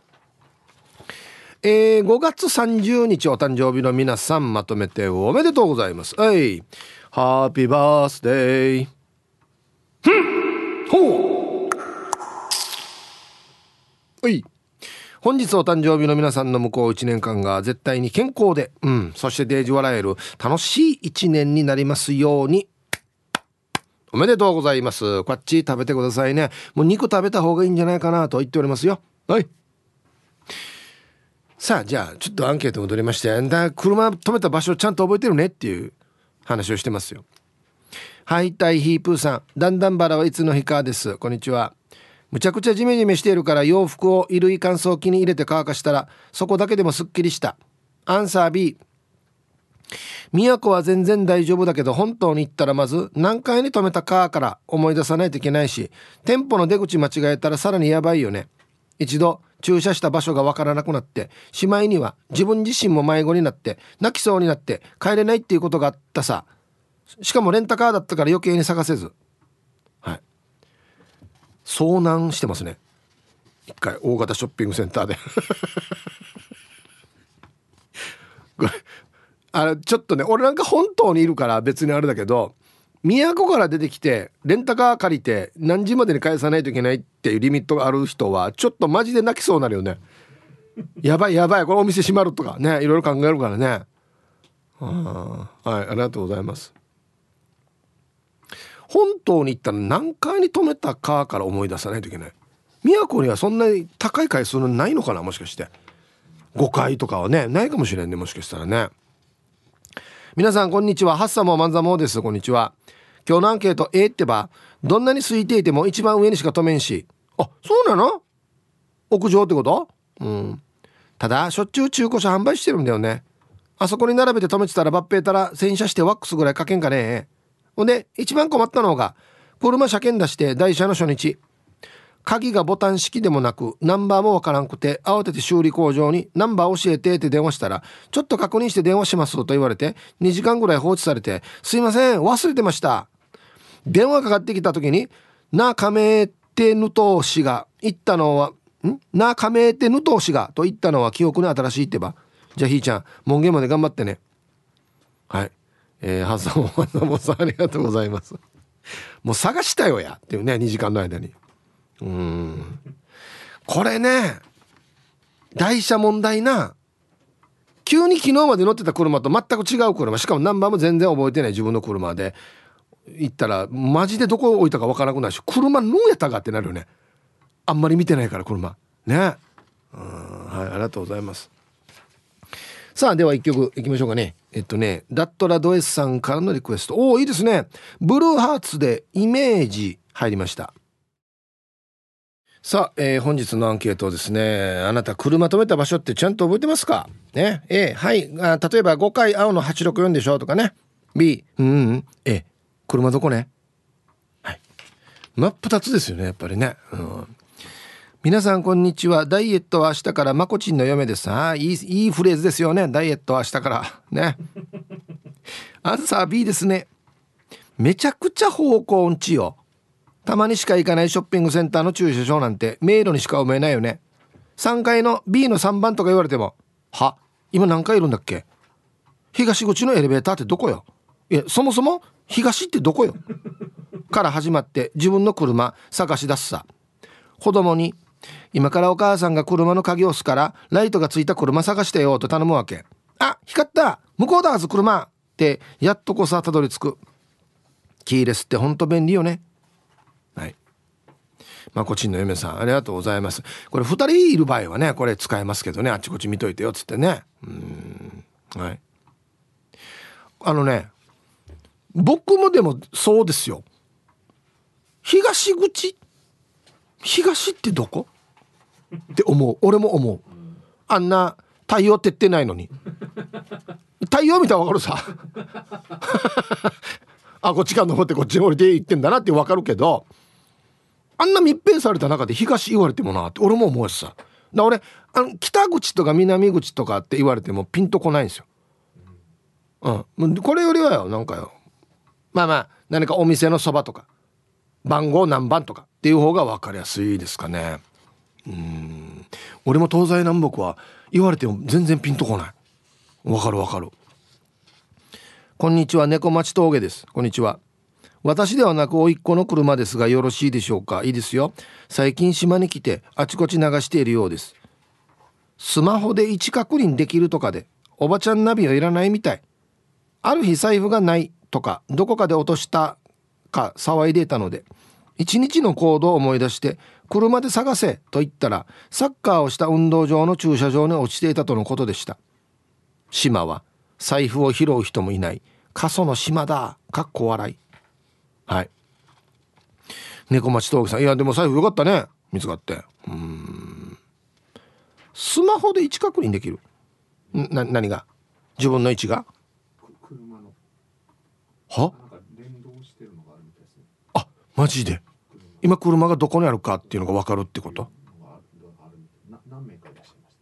Speaker 1: 5月30日お誕生日の皆さん、まとめておめでとうございます。ハッピーバースデー。ほう。本日お誕生日の皆さんの向こう1年間が絶対に健康で、そしてデージ笑える楽しい1年になりますように。おめでとうございます。こっち食べてくださいね。もう肉食べた方がいいんじゃないかなと言っておりますよ。はい。さあ、じゃあちょっとアンケート戻りまして、車止めた場所ちゃんと覚えてるねっていう話をしてますよ。はい、タイヒープーさん、だんだんバラはいつの日かです。こんにちは。むちゃくちゃジメジメしているから洋服を衣類乾燥機に入れて乾かしたらそこだけでもすっきりした。アンサー B。 都は全然大丈夫だけど本当に行ったらまず何階に止めたかから思い出さないといけないし、店舗の出口間違えたらさらにやばいよね。一度駐車した場所がわからなくなってしまいには自分自身も迷子になって泣きそうになって帰れないっていうことがあったさ。しかもレンタカーだったから余計に探せず、はい、遭難してますね。一回大型ショッピングセンターでこれちょっとね、俺なんか本島にいるから別にあれだけど、宮古から出てきてレンタカー借りて何時までに返さないといけないっていうリミットがある人はちょっとマジで泣きそうになるよね。やばいやばい、これお店閉まるとかね、いろいろ考えるからね。はい、ありがとうございます。本島に行ったら何階に止めたかから思い出さないといけない。宮古にはそんなに高い回数のないのかな、もしかして。 誤解とかはねないかもしれんね、もしかしたらね。皆さんこんにちは、ハッサモマンザモーです。こんにちは。今日のアンケートってば、どんなに空いていても一番上にしか止めんし。あ、そうなの？屋上ってこと？ただしょっちゅう中古車販売してるんだよね。あそこに並べて止めてたら抜兵たら洗車してワックスぐらいかけんかね。ほんで一番困ったのが、車車検出して台車の初日、鍵がボタン式でもなくナンバーもわからんくて、慌てて修理工場にナンバー教えてって電話したら、ちょっと確認して電話しますと言われて2時間ぐらい放置されて、すいません忘れてました。電話かかってきた時になかめてぬとしが言ったのはなかめてぬとしがと言ったのは記憶に新しいってば。じゃあひーちゃん門限まで頑張ってね。はい、ハッサモさんありがとうございます。もう探したよやっていうね、2時間の間に。これね台車問題な。急に昨日まで乗ってた車と全く違う車、しかもナンバーも全然覚えてない自分の車で行ったらマジでどこ置いたか分からなくなるし、車どうやったかってなるよね。あんまり見てないから車ね。はい、ありがとうございます。さあでは一曲いきましょうかね。ダットラド S さんからのリクエスト。いいですね。ブルーハーツでイメージ入りました。さあ、本日のアンケートですね。あなた車止めた場所ってちゃんと覚えてますかね。はい、例えば5回青の864でしょとかね。 B 車どこね。はい、真っ二つですよねやっぱりね。皆さんこんにちは。ダイエットは明日からまこちんの嫁です。いいフレーズですよね。ダイエットは明日からね。アンサー B ですね。めちゃくちゃ方向音痴よ。たまにしか行かないショッピングセンターの駐車場なんて迷路にしか埋めないよね。3階の B の3番とか言われても、今何回いるんだっけ。東口のエレベーターってどこよ。いやそもそも東ってどこよから始まって自分の車探し出すさ。子供に今からお母さんが車の鍵を押すからライトがついた車探してよと頼むわけ。光った向こうだはず車ってやっとこさたどり着く。キーレスってほんと便利よね。はい、まこちんの嫁さんありがとうございます。これ2人いる場合はねこれ使えますけどね、あっちこっち見といてよっつってね。はい、僕もでもそうですよ。東ってどこって思う。俺も思う。あんな太陽照ってないのに太陽見たら分かるさこっちから登ってこっちに降りて行ってんだなって分かるけど、あんな密閉された中で東言われてもなって俺も思うしさ。俺北口とか南口とかって言われてもピンとこないんですよ。これよりはよなんかよ何かお店のそばとか番号何番とかっていう方が分かりやすいですかね。俺も東西南北は言われても全然ピンとこない。分かる。こんにちは、猫町峠です。こんにちは。私ではなく甥っ子の車ですがよろしいでしょうか。いいですよ。最近島に来てあちこち流しているようです。スマホで位置確認できるとかでおばちゃんナビはいらないみたい。ある日財布がないとかどこかで落としたか騒いでいたので一日の行動を思い出して車で探せと言ったらサッカーをした運動場の駐車場に落ちていたとのことでした。島は財布を拾う人もいない過疎の島だ。かっこ笑い。はい、猫町峠さん、いやでも財布よかったね見つかって。スマホで位置確認できる。何が自分の位置が
Speaker 3: 車の
Speaker 1: なんか
Speaker 3: 連動してるのがあるみたいですね。
Speaker 1: マジで今車がどこにあるかっていうのが分かるってこと。
Speaker 3: 何名かいらっしゃいました。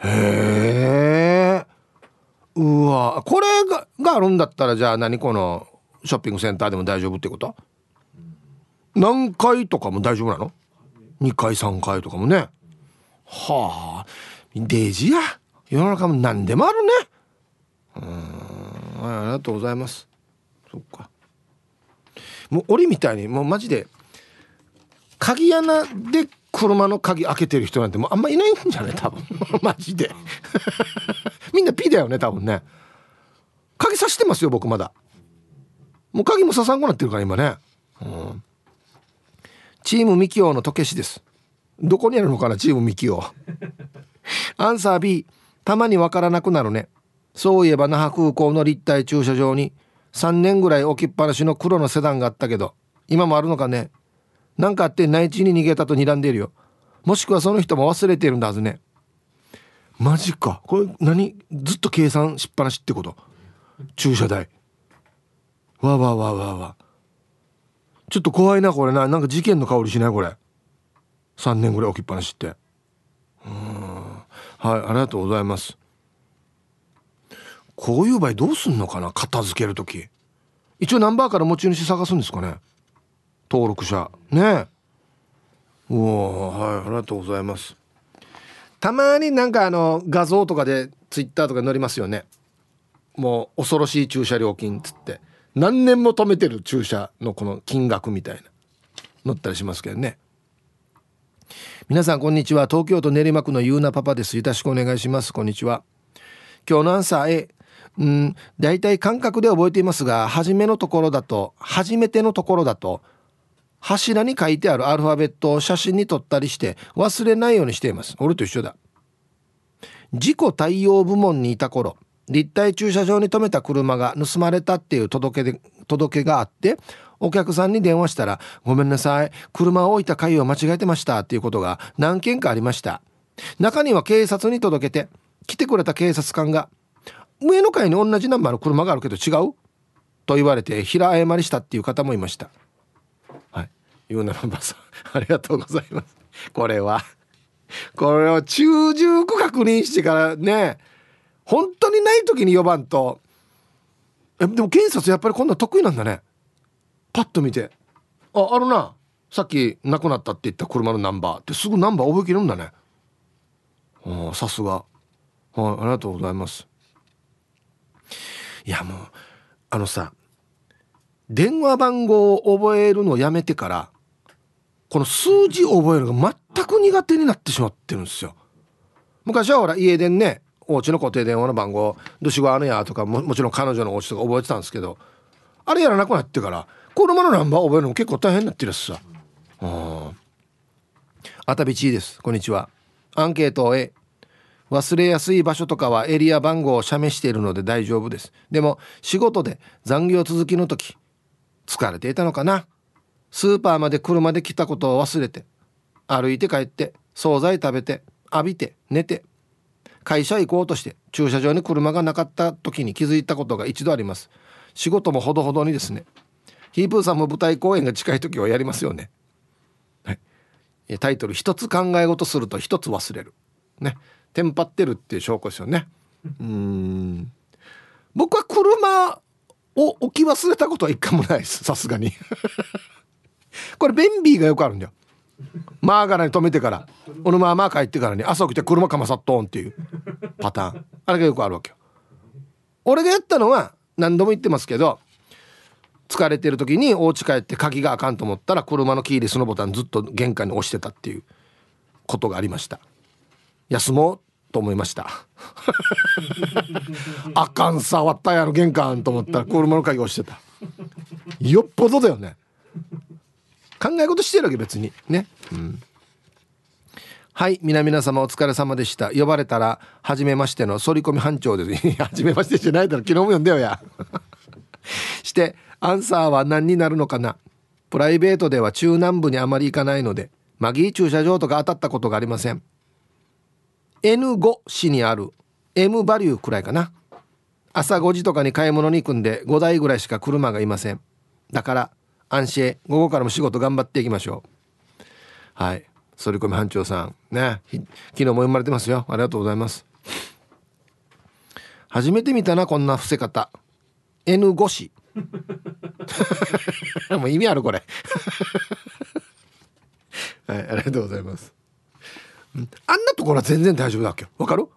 Speaker 1: へえ。うわ、これがあるんだったらじゃあ何このショッピングセンターでも大丈夫ってこと。何階とかも大丈夫なの。2階3階とかもね。デジや世の中も何でもあるね。ありがとうございます。そっか。もう俺みたいにもうマジで鍵穴で車の鍵開けてる人なんてもうあんまいないんじゃない多分マジでみんな P だよね多分ね。鍵さしてますよ僕まだ。もう鍵もささんこなってるから今ね。チームミキオの時計師です。どこにあるのかなチームミキオアンサー B、 たまにわからなくなるね。そういえば那覇空港の立体駐車場に3年ぐらい置きっぱなしの黒のセダンがあったけど、今もあるのかね。なんかあって内地に逃げたと睨んでいるよ。もしくはその人も忘れているんだはずね。マジか。これ何、ずっと計算しっぱなしってこと？駐車代。わわわわわ。ちょっと怖いなこれな。なんか事件の香りしないこれ。3年ぐらい置きっぱなしって。はい、ありがとうございます。こういう場合どうすんのかな、片付けるとき。一応ナンバーから持ち主探すんですかね、登録者ね。おお、はい、ありがとうございます。たまになんか画像とかでツイッターとか載りますよね。もう恐ろしい駐車料金つって何年も止めてる駐車のこの金額みたいな載ったりしますけどね。皆さんこんにちは。東京都練馬区のゆうなパパです。よろしくお願いします。こんにちは。今日のアンサー A、だいたい感覚で覚えていますが、初めてのところだと柱に書いてあるアルファベットを写真に撮ったりして忘れないようにしています。俺と一緒だ。事故対応部門にいた頃、立体駐車場に止めた車が盗まれたっていう届けがあって、お客さんに電話したら、ごめんなさい、車を置いた階を間違えてましたっていうことが何件かありました。中には警察に届けて来てくれた警察官が、上の階に同じナンバーの車があるけど違うと言われて平謝りしたっていう方もいました。はい、ゆうなママさんありがとうございます。これを中熟確認してからね、本当にない時に呼ばんと。でも検察やっぱりこんな得意なんだね。パッと見て、あるな、さっき亡くなったって言った車のナンバーってすぐナンバー覚えきるんだね。さすが。はい、ありがとうございます。いやもうさ、電話番号を覚えるのをやめてからこの数字を覚えるのが全く苦手になってしまってるんですよ。昔はほら家電ね、お家の固定電話の番号どしごあのやとか もちろん彼女のお家とか覚えてたんですけど、あれやらなくなってから車のナンバー覚えるのも結構大変になってるやつさ。あたびちーです。こんにちは。アンケート A、忘れやすい場所とかはエリア番号を示しているので大丈夫です。でも仕事で残業続きの時疲れていたのかな、スーパーまで車で来たことを忘れて歩いて帰って惣菜食べて浴びて寝て会社行こうとして駐車場に車がなかった時に気づいたことが一度あります。仕事もほどほどにですね。ヒープーさんも舞台公演が近い時はやりますよね。はい、タイトル、一つ考え事すると一つ忘れるね。テンパってるっていう証拠ですよね。僕は車を置き忘れたことは一回もないです、さすがにこれベンビーがよくあるんだよ。マーガラに止めてから俺まあ帰ってからに朝起きて車かまさっとんっていうパターン、あれがよくあるわけよ。俺がやったのは何度も言ってますけど、疲れてる時にお家帰って鍵があかんと思ったら車のキーレスのボタンずっと玄関に押してたっていうことがありました。休もうと思いましたあかんさ、割ったやろ玄関と思ったら車の鍵押してた。よっぽどだよね。考え事してるわけ別にね。はい、皆様お疲れ様でした。呼ばれたら初めましての反り込み班長です。初めましてじゃないだろ、昨日も読んだよやしてアンサーは何になるのかな。プライベートでは中南部にあまり行かないのでマギー駐車場とか当たったことがありません。 N5 市にある M バリューくらいかな。朝5時とかに買い物に行くんで5台ぐらいしか車がいません。だから安心、午後からも仕事頑張っていきましょう。はい、反り込み班長さんね、昨日も読まれてますよ。ありがとうございます。初めて見たなこんな伏せ方。 N5 市もう意味あるこれはい、ありがとうございます。あんなところは全然大丈夫だっけ。わかる？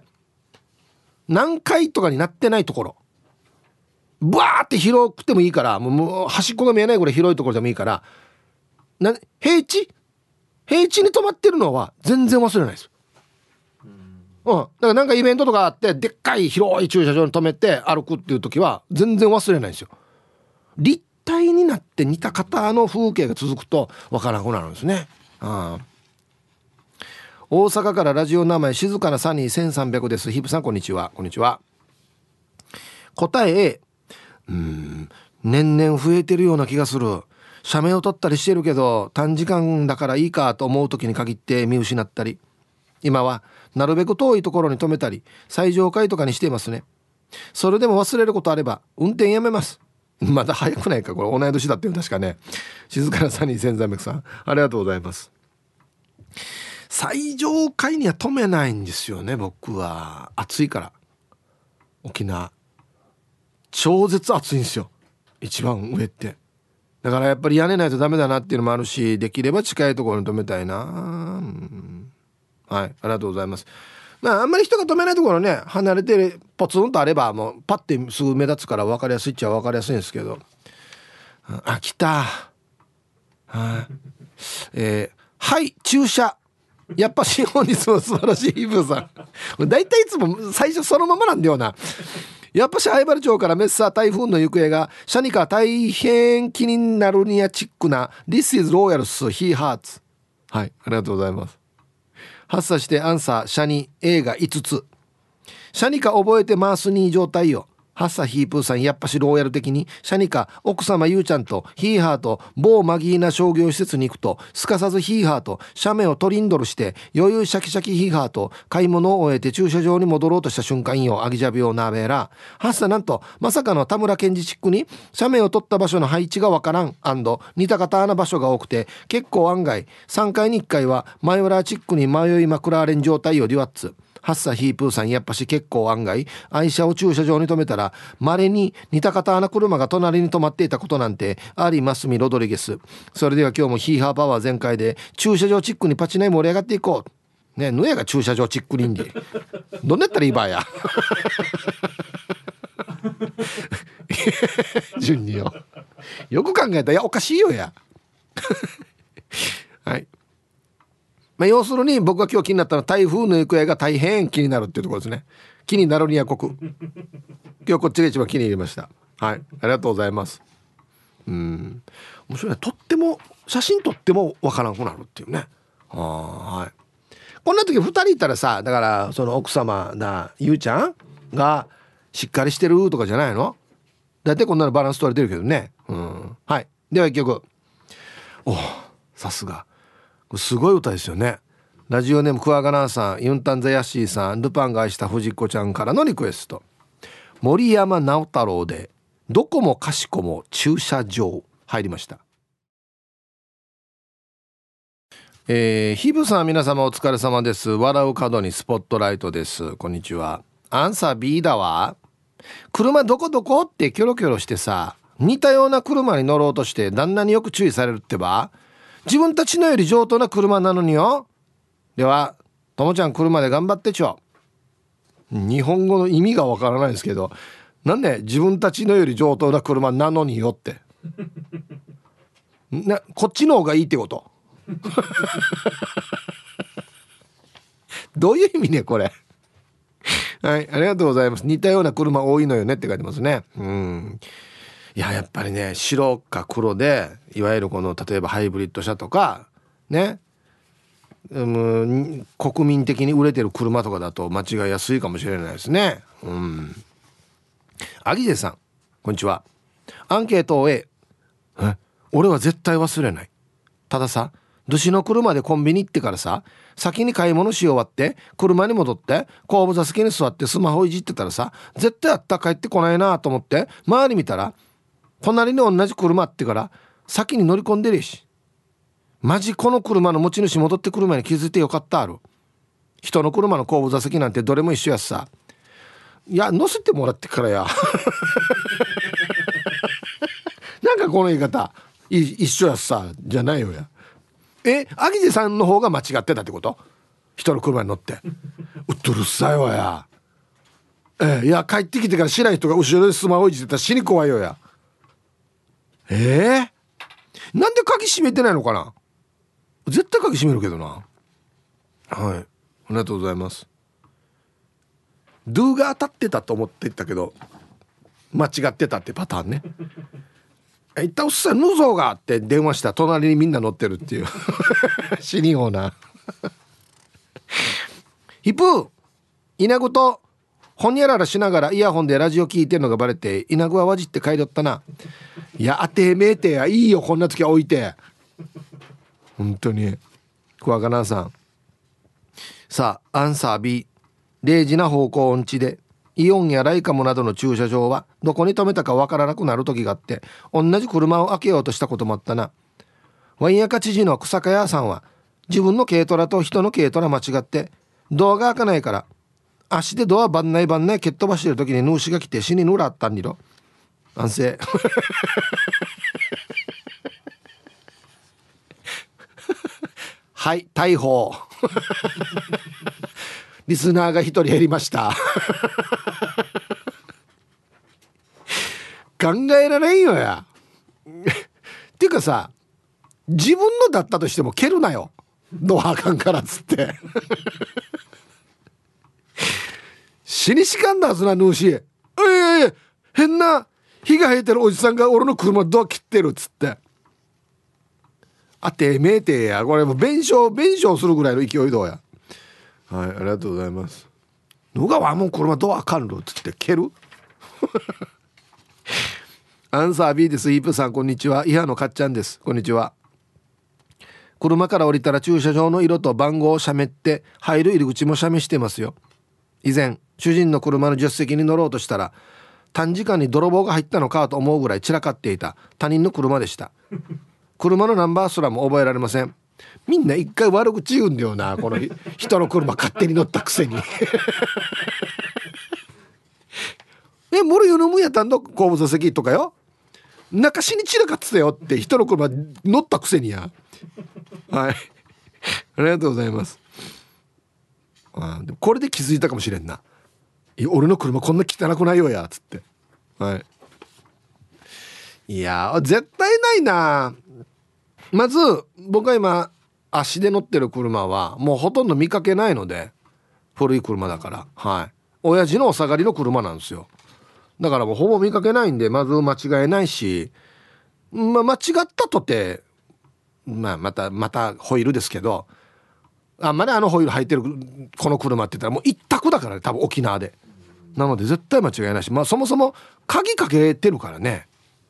Speaker 1: 何階とかになってないところ、バーって広くてもいいから、もう端っこが見えないぐらい広いところでもいいから、平地に止まってるのは全然忘れないです。だからなんかイベントとかあってでっかい広い駐車場に止めて歩くっていう時は全然忘れないんですよ。立体になって似た方の風景が続くとわからなくなるんですね。 大阪からラジオ名前静かなサニー1300です。ヒープさんこんにちは。こんにちは。答え A。 年々増えてるような気がする。写メを撮ったりしてるけど短時間だからいいかと思う時に限って見失ったり、今はなるべく遠いところに止めたり最上階とかにしていますね。それでも忘れることあれば運転やめます。まだ早くないか、これ同い年だっていう確かね。静かなサニー1300さんありがとうございます。最上階には止めないんですよね。僕は暑いから。沖縄超絶暑いんですよ、一番上って。だからやっぱり屋根ないとダメだなっていうのもあるし、できれば近いところに止めたいな。はい、ありがとうございます。あんまり人が止めないところね、離れてポツンとあればもうパッてすぐ目立つから分かりやすいっちゃ分かりやすいんですけど。あ、来た。はい、はい、注射。やっぱし本日も素晴らしいイブさん。だいたいいつも最初そのままなんだよな。やっぱし相原町からメッサー台風の行方がシャニカ大変気になるニアチックな This is Royals He Hearts。 はい、ありがとうございます。発作してアンサーシャニ A が5つ。シャニカ覚えてますに状態よ。ハッサヒープーさんやっぱしローヤル的にシャニカ奥様ゆうちゃんとヒーハーと某マギーナ商業施設に行くとすかさずヒーハーと写メをトリンドルして余裕シャキシャキヒーハーと買い物を終えて駐車場に戻ろうとした瞬間よ、アギジャビオナーベーラハッサなんとまさかの田村健二チックに写メを撮った場所の配置がわからん&似た方な場所が多くて結構案外3回に1回はマヨラーチックに迷いまくられん状態よデュワッツ。ハッサヒープーさんやっぱし結構案外愛車を駐車場に止めたら稀に似た方な車が隣に止まっていたことなんてありますみロドリゲス。それでは今日もヒーハーパワー全開で駐車場チックにパチナイ盛り上がっていこうね。ぬやが駐車場チックリンでどんなやったらいいばや順によく考えたらいやおかしいよやはい、要するに僕が今日気になったのは台風の行方が大変気になるっていうところですね。気になるには国今日こっちが一番気に入りました。はい、ありがとうございます。面白いね。撮っても写真撮ってもわからんくなるっていうね。はい、こんな時2人いたらさ、だからその奥様だゆうちゃんがしっかりしてるとかじゃないの。だいたいこんなのバランス取れてるけどね。はい、では一曲。さすがすごい歌ですよね。ラジオネームクワガナーさん、ユンタンザヤッシーさん、ルパンが愛した藤子ちゃんからのリクエスト。森山直太朗でどこもかしこも駐車場入りました。ヒブさん皆様お疲れ様です。笑う角にスポットライトです。こんにちは。アンサー B だわ。車どこどこってキョロキョロしてさ、似たような車に乗ろうとして旦那によく注意されるってば。自分たちのより上等な車なのによ。ではともちゃん車で頑張ってちょ。日本語の意味がわからないですけど、なんで自分たちのより上等な車なのによってこっちの方がいいってことどういう意味ねこれはい、ありがとうございます。似たような車多いのよねって書いてますね。いや、やっぱりね白か黒でいわゆるこの例えばハイブリッド車とかね、国民的に売れてる車とかだと間違いやすいかもしれないですね。アギゼさんこんにちは。アンケートを A。 俺は絶対忘れない。たださ、ドシの車でコンビニ行ってからさ、先に買い物し終わって車に戻って後部座席に座ってスマホいじってたらさ、絶対あった帰ってこないなと思って周り見たら隣に同じ車あってから先に乗り込んでるし、マジこの車の持ち主戻ってくる前に気づいてよかったある。人の車の後部座席なんてどれも一緒やさ。いや乗せてもらってからやなんかこの言い方一緒やさじゃないよや。アギゼさんの方が間違ってたってこと？人の車に乗ってうっとるさいわや。いや帰ってきてから知らん人が後ろでスマホいじってたら死に怖いよや。なんで鍵閉めてないのかな。絶対鍵閉めるけどな。はい、ありがとうございます。ドゥが当たってたと思ってたけど間違ってたってパターンね。一旦おっさんぬぞがって電話した隣にみんな乗ってるっていう死にようなヒプー稲具とほにゃららしながらイヤホンでラジオ聞いてるのがバレて稲具はわじって帰りよったな。いやあてめえてやいいよこんな時は置いて本当に。クワガナーさんさあアンサー B 0時な方向音痴でイオンやライカムなどの駐車場はどこに止めたかわからなくなる時があって同じ車を開けようとしたこともあったな。ワイヤカ知事の草加屋さんは自分の軽トラと人の軽トラ間違ってドアが開かないから足でドアバンナイ蹴っ飛ばしてる時にヌーシが来て死にぬらったんにろ安静はい逮捕リスナーが一人減りました考えられんよやっていうかさ自分のだったとしても蹴るなよドアあかんからっつって死にしかんだはずなヌーシー変な火が生えてるおじさんが俺の車ドア切ってるっつってあてめえてやこれもう弁償するぐらいの勢いどうや。はいありがとうございます。ぬがわもう車ドアあかんろっつって蹴るアンサー B です。イープさんこんにちは。イハのかっちゃんです。こんにちは。車から降りたら駐車場の色と番号をしゃめって入る入り口もしゃめしてますよ。以前主人の車の助手席に乗ろうとしたら短時間に泥棒が入ったのかと思うぐらい散らかっていた他人の車でした。車のナンバーすらも覚えられません。みんな一回悪口言うんだよなこの人の車勝手に乗ったくせにモルヨノムやたんの後部座席とかよ中死に散らかってたよって人の車乗ったくせにやはいありがとうございます。でもこれで気づいたかもしれんな。俺の車こんな汚くないよやつって。はい。いや絶対ないな。まず僕は今足で乗ってる車はもうほとんど見かけないので古い車だからはい親父のお下がりの車なんですよ。だからもうほぼ見かけないんでまず間違えないし、間違ったとてまたホイールですけどあんまりホイール履いてるこの車って言ったらもう一択だからね多分沖縄でなので絶対間違いないしそもそも鍵かけてるからね。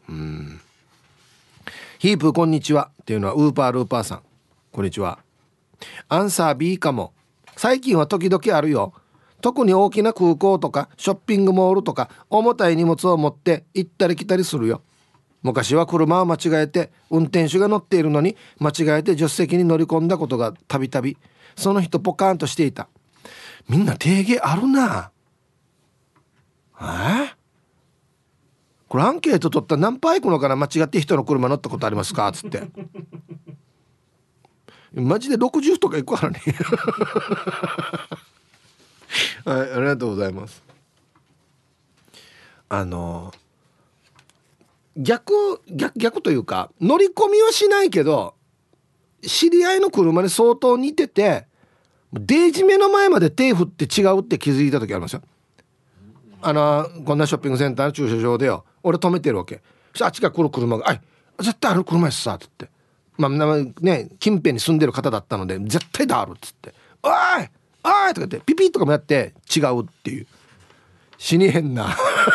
Speaker 1: ヒープこんにちはっていうのはウーパールーパーさんこんにちは。アンサー B かも。最近は時々あるよ。特に大きな空港とかショッピングモールとか重たい荷物を持って行ったり来たりするよ。昔は車を間違えて運転手が乗っているのに間違えて助手席に乗り込んだことがたびたび。その人ポカーンとしていた。みんな定義あるな。これアンケート取ったら何パー行くのかな。間違って人の車乗ったことありますかつってマジで60とか行くからねはいありがとうございます。逆というか乗り込みはしないけど知り合いの車に相当似ててデージ目の前まで手振って違うって気づいた時ありますよ。こんなショッピングセンターの駐車場でよ俺止めてるわけ。そしたらあっちが来る車が絶対ある車やしさつって近辺に住んでる方だったので絶対だあるっつっておいとか言ってピピッとかもやって違うっていう死にへんな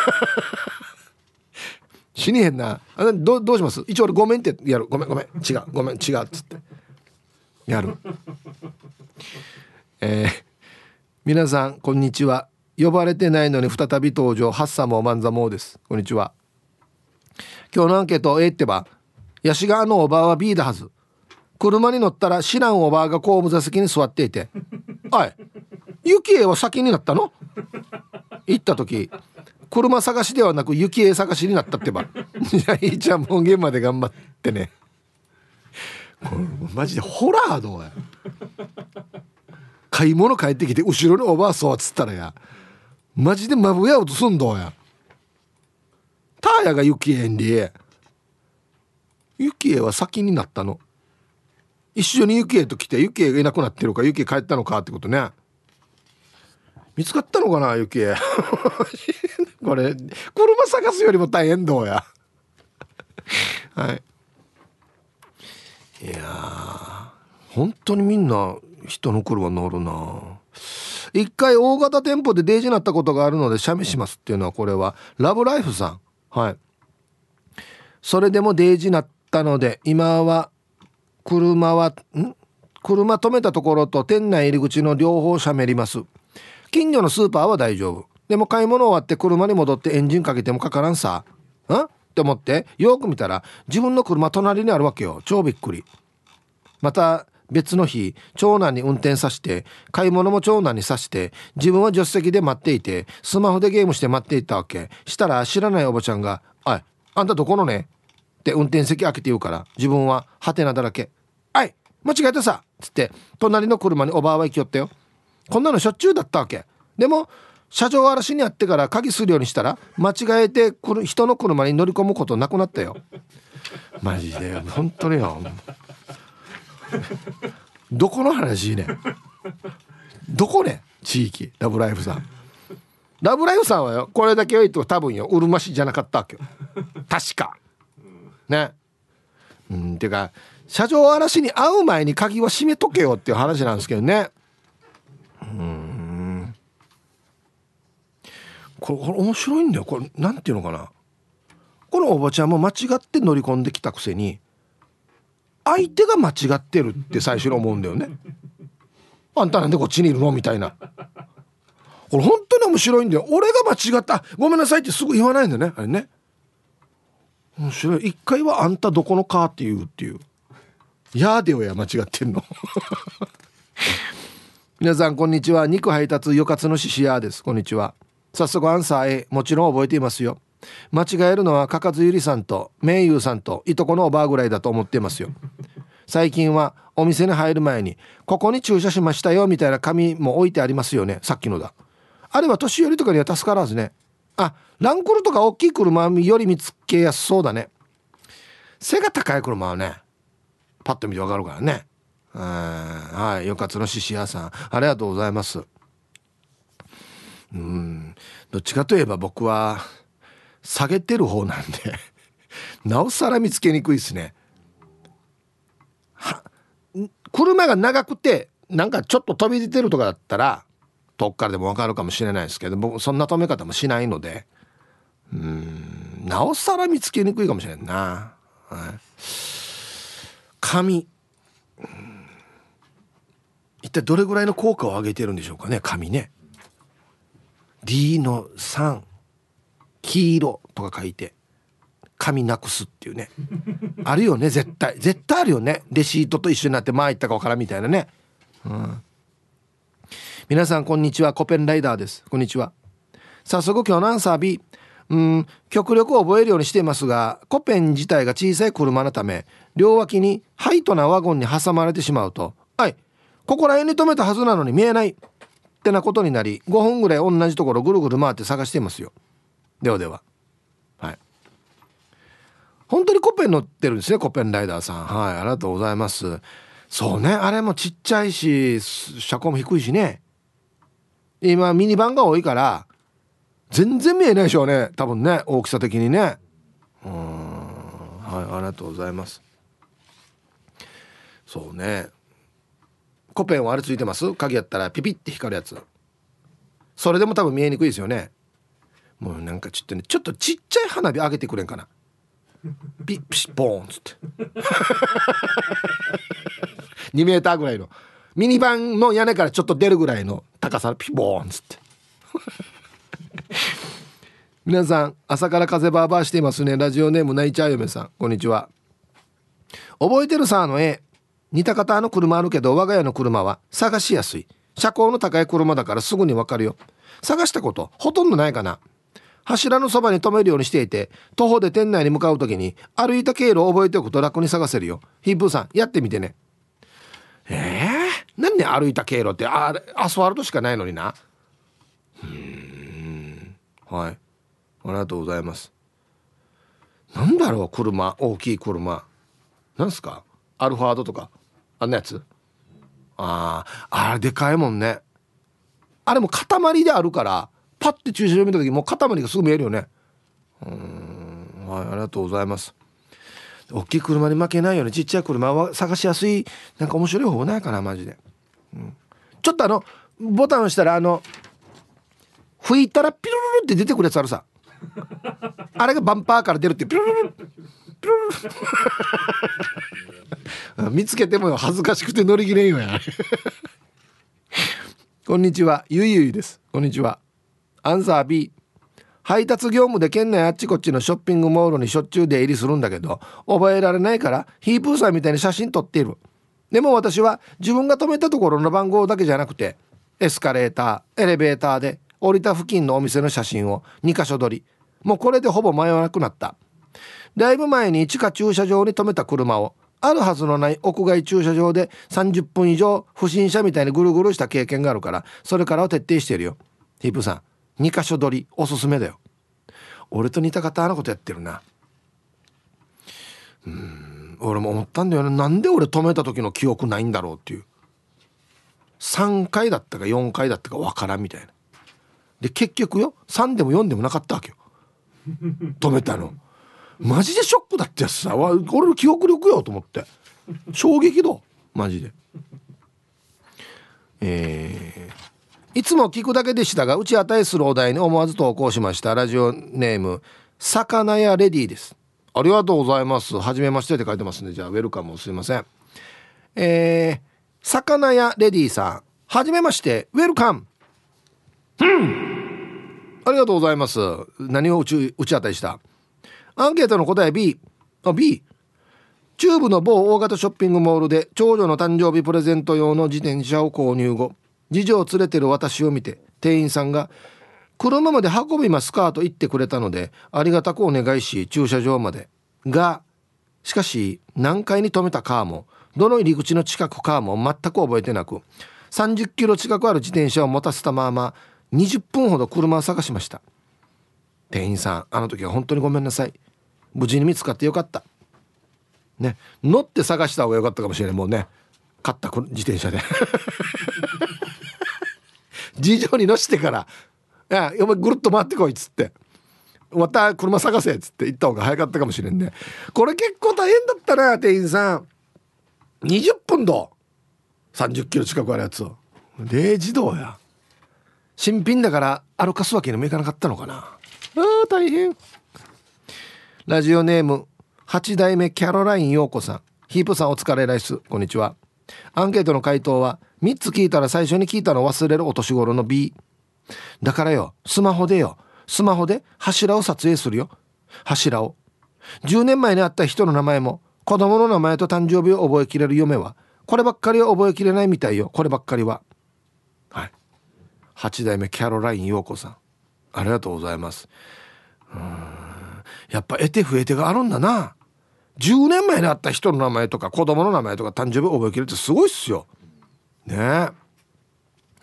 Speaker 1: 死にへんな。どうします。一応俺ごめんってやる。ごめん違うごめん違うっつってやる皆さんこんにちは。呼ばれてないのに再び登場ハッサモーマンザモーです。こんにちは。今日のアンケート A ってばヤシガのおばあは B だはず。車に乗ったら知らんおばあが後部座席に座っていておいユキエは先になったの行った時車探しではなくユキエ探しになったってばじゃあいいちゃんも現場で頑張ってね。これマジでホラーどうや買い物帰ってきて後ろにおばあそうっつったらやマジでまぶやうとすんどうやターヤがユキエんでユキエは先になったの。一緒にユキエと来てユキエがいなくなってるかユキエ帰ったのかってことね。見つかったのかなユキエこれ車探すよりも大変どうやはいいや本当にみんな人の車乗るな。 一回大型店舗でデージになったことがあるので写メしますっていうのは、これはラブライフさん。はい。それでもデージになったので、今は車止めたところと店内入り口の両方写メります。近所のスーパーは大丈夫。でも買い物終わって車に戻ってエンジンかけてもかからんさ。って思ってよく見たら自分の車隣にあるわけよ。超びっくり。また別の日、長男に運転させて、買い物も長男にさせて、自分は助手席で待っていて、スマホでゲームして待っていたわけ。したら知らないおばちゃんが、あい、あんたどこのねって運転席開けて言うから、自分はハテナだらけ。あい、間違えたさつって隣の車におばあは行きよったよ。こんなのしょっちゅうだったわけ。でも車上荒らしにあってから鍵するようにしたら、間違えて人の車に乗り込むことなくなったよ。マジで本当によ。どこの話ね。どこね、地域。ラブライフさん、ラブライフさんはよ、これだけ言うと多分よ、うるま市じゃなかったわけよ、確かね。てか車上荒らしに会う前に鍵は閉めとけよっていう話なんですけどね。これ面白いんだよ。これなんていうのかな、このおばちゃんも間違って乗り込んできたくせに相手が間違ってるって最初に思うんだよね。あんたなんでこっちにいるのみたいな。これ本当に面白いんだよ。俺が間違った、ごめんなさいってすぐ言わないんだよね、あれね。面白い。一回はあんたどこのかって言うっていう。やーでよや、間違ってんの。皆さんこんにちは。肉配達よかつのししやです。こんにちは。早速アンサー A、 もちろん覚えていますよ。間違えるのはかかずゆりさんとめいゆうさんといとこのおばあぐらいだと思っていますよ。最近はお店に入る前にここに駐車しましたよみたいな紙も置いてありますよね。さっきのだ。あれは年寄りとかには助からずね。あ、ランクルとか大きい車より見つけやすそうだね。背が高い車はね、パッと見てわかるからね。はい、よかつのししやさん、ありがとうございます。どっちかといえば僕は下げてる方なんでなおさら見つけにくいですね。車が長くてなんかちょっと飛び出てるとかだったら遠くからでも分かるかもしれないですけど、僕そんな止め方もしないので、なおさら見つけにくいかもしれんな。はい、紙、一体どれぐらいの効果を上げてるんでしょうかね、紙ね。 D の3黄色とか書いて紙なくすっていうね。あるよね、絶対あるよね。レシートと一緒になって前行ったか分からんみたいなね。皆さんこんにちは。コペンライダーです。こんにちは。早速今日のアンサー B。極力覚えるようにしていますが、コペン自体が小さい車のため両脇にハイトなワゴンに挟まれてしまうと、はい、ここら辺に止めたはずなのに見えないってなことになり、5分ぐらい同じところぐるぐる回って探していますよ。ではでは。はい、本当にコペン乗ってるんですね、コペンライダーさん。はい、ありがとうございます。そうね、あれもちっちゃいし車高も低いしね。今ミニバンが多いから全然見えないでしょうね、多分ね、大きさ的にね。はい、ありがとうございます。そうね、コペンはあれついてます？鍵やったらピピって光るやつ。それでも多分見えにくいですよね。もうなんかちょっとね、ちょっとちっちゃい花火上げてくれんかな。ピッピシボーンつって2メーターぐらいのミニバンの屋根からちょっと出るぐらいの高さ、ピボーンつって皆さん朝から風バーバーしていますね。ラジオネーム泣いちゃう嫁さん、こんにちは。覚えてるさの絵、似た方の車あるけど我が家の車は探しやすい、車高の高い車だからすぐにわかるよ。探したことほとんどないかな。柱のそばに止めるようにしていて、徒歩で店内に向かうときに歩いた経路を覚えておくと楽に探せるよ。ヒップーさんやってみてね。何ね、歩いた経路って、アスファルトしかないのにな。はい、ありがとうございます。なんだろう、車、大きい車なんすか、アルファードとかあんなやつ。あれでかいもんね。あれも塊であるからパッて駐車場見た時もう塊がすぐ見えるよね。はい、ありがとうございます。大きい車に負けないようにちっちゃい車は探しやすい、なんか面白い方ないかなマジで。ちょっとボタン押したら吹いたらピルルルって出てくるやつあるさあれがバンパーから出るってピルルルピルルル見つけても恥ずかしくて乗り切れんよやこんにちは、ゆいゆいです。こんにちは。アンサー B。 配達業務で県内あっちこっちのショッピングモールにしょっちゅう出入りするんだけど、覚えられないからヒープーさんみたいに写真撮っている。でも私は自分が止めたところの番号だけじゃなくて、エスカレーター、エレベーターで降りた付近のお店の写真を2カ所撮り。もうこれでほぼ迷わなくなった。だいぶ前に地下駐車場に止めた車をあるはずのない屋外駐車場で30分以上不審者みたいにぐるぐるした経験があるから、それからを徹底してるよ。ヒープさん、2カ所撮りおすすめだよ。俺と似た方のことやってるな。俺も思ったんだよね。なんで俺止めた時の記憶ないんだろうっていう。3回だったか4回だったかわからんみたいな。で結局よ、3でも4でもなかったわけよ止めたの。マジでショックだってやつさ、俺の記憶力よと思って衝撃だマジで。いつも聞くだけでしたが、打ち値するお題に思わず投稿しました。ラジオネーム魚屋レディです。ありがとうございます。はじめましてって書いてますね。じゃあウェルカム、すいません。魚屋レディさん、はじめまして、ウェルカム。ありがとうございます。何を打ち値した？アンケートの答え B。 B。中部の某大型ショッピングモールで長女の誕生日プレゼント用の自転車を購入後、次女を連れてる私を見て店員さんが車まで運びますかと言ってくれたので、ありがたくお願いし駐車場まで。がしかし何階に止めたかもどの入り口の近くかも全く覚えてなく、30キロ近くある自転車を持たせたまま20分ほど車を探しました。店員さん、あの時は本当にごめんなさい。無事に見つかってよかったね。乗って探した方がよかったかもしれない。もうね、買った自転車で次女に乗してから、いやお前ぐるっと回ってこいっつって、また車探せっつって行った方が早かったかもしれんね。これ結構大変だったな。店員さん20分ど30キロ近くあるやつを0自動や。新品だから歩かすわけにもいかなかったのかな。大変。ラジオネーム8代目キャロライン陽子さん、ヒープさんお疲れライス、こんにちは。アンケートの回答は3つ聞いたら最初に聞いたの忘れるお年頃の B。 だからよ、スマホで柱を撮影するよ。柱を10年前に会った人の名前も子供の名前と誕生日を覚えきれる嫁はこればっかりは覚えきれないみたいよ。こればっかりは。はい、8代目キャロライン陽子さん、ありがとうございます。やっぱ得手不得手があるんだな。10年前に会った人の名前とか子供の名前とか誕生日を覚えきれるってすごいっすよね。はい、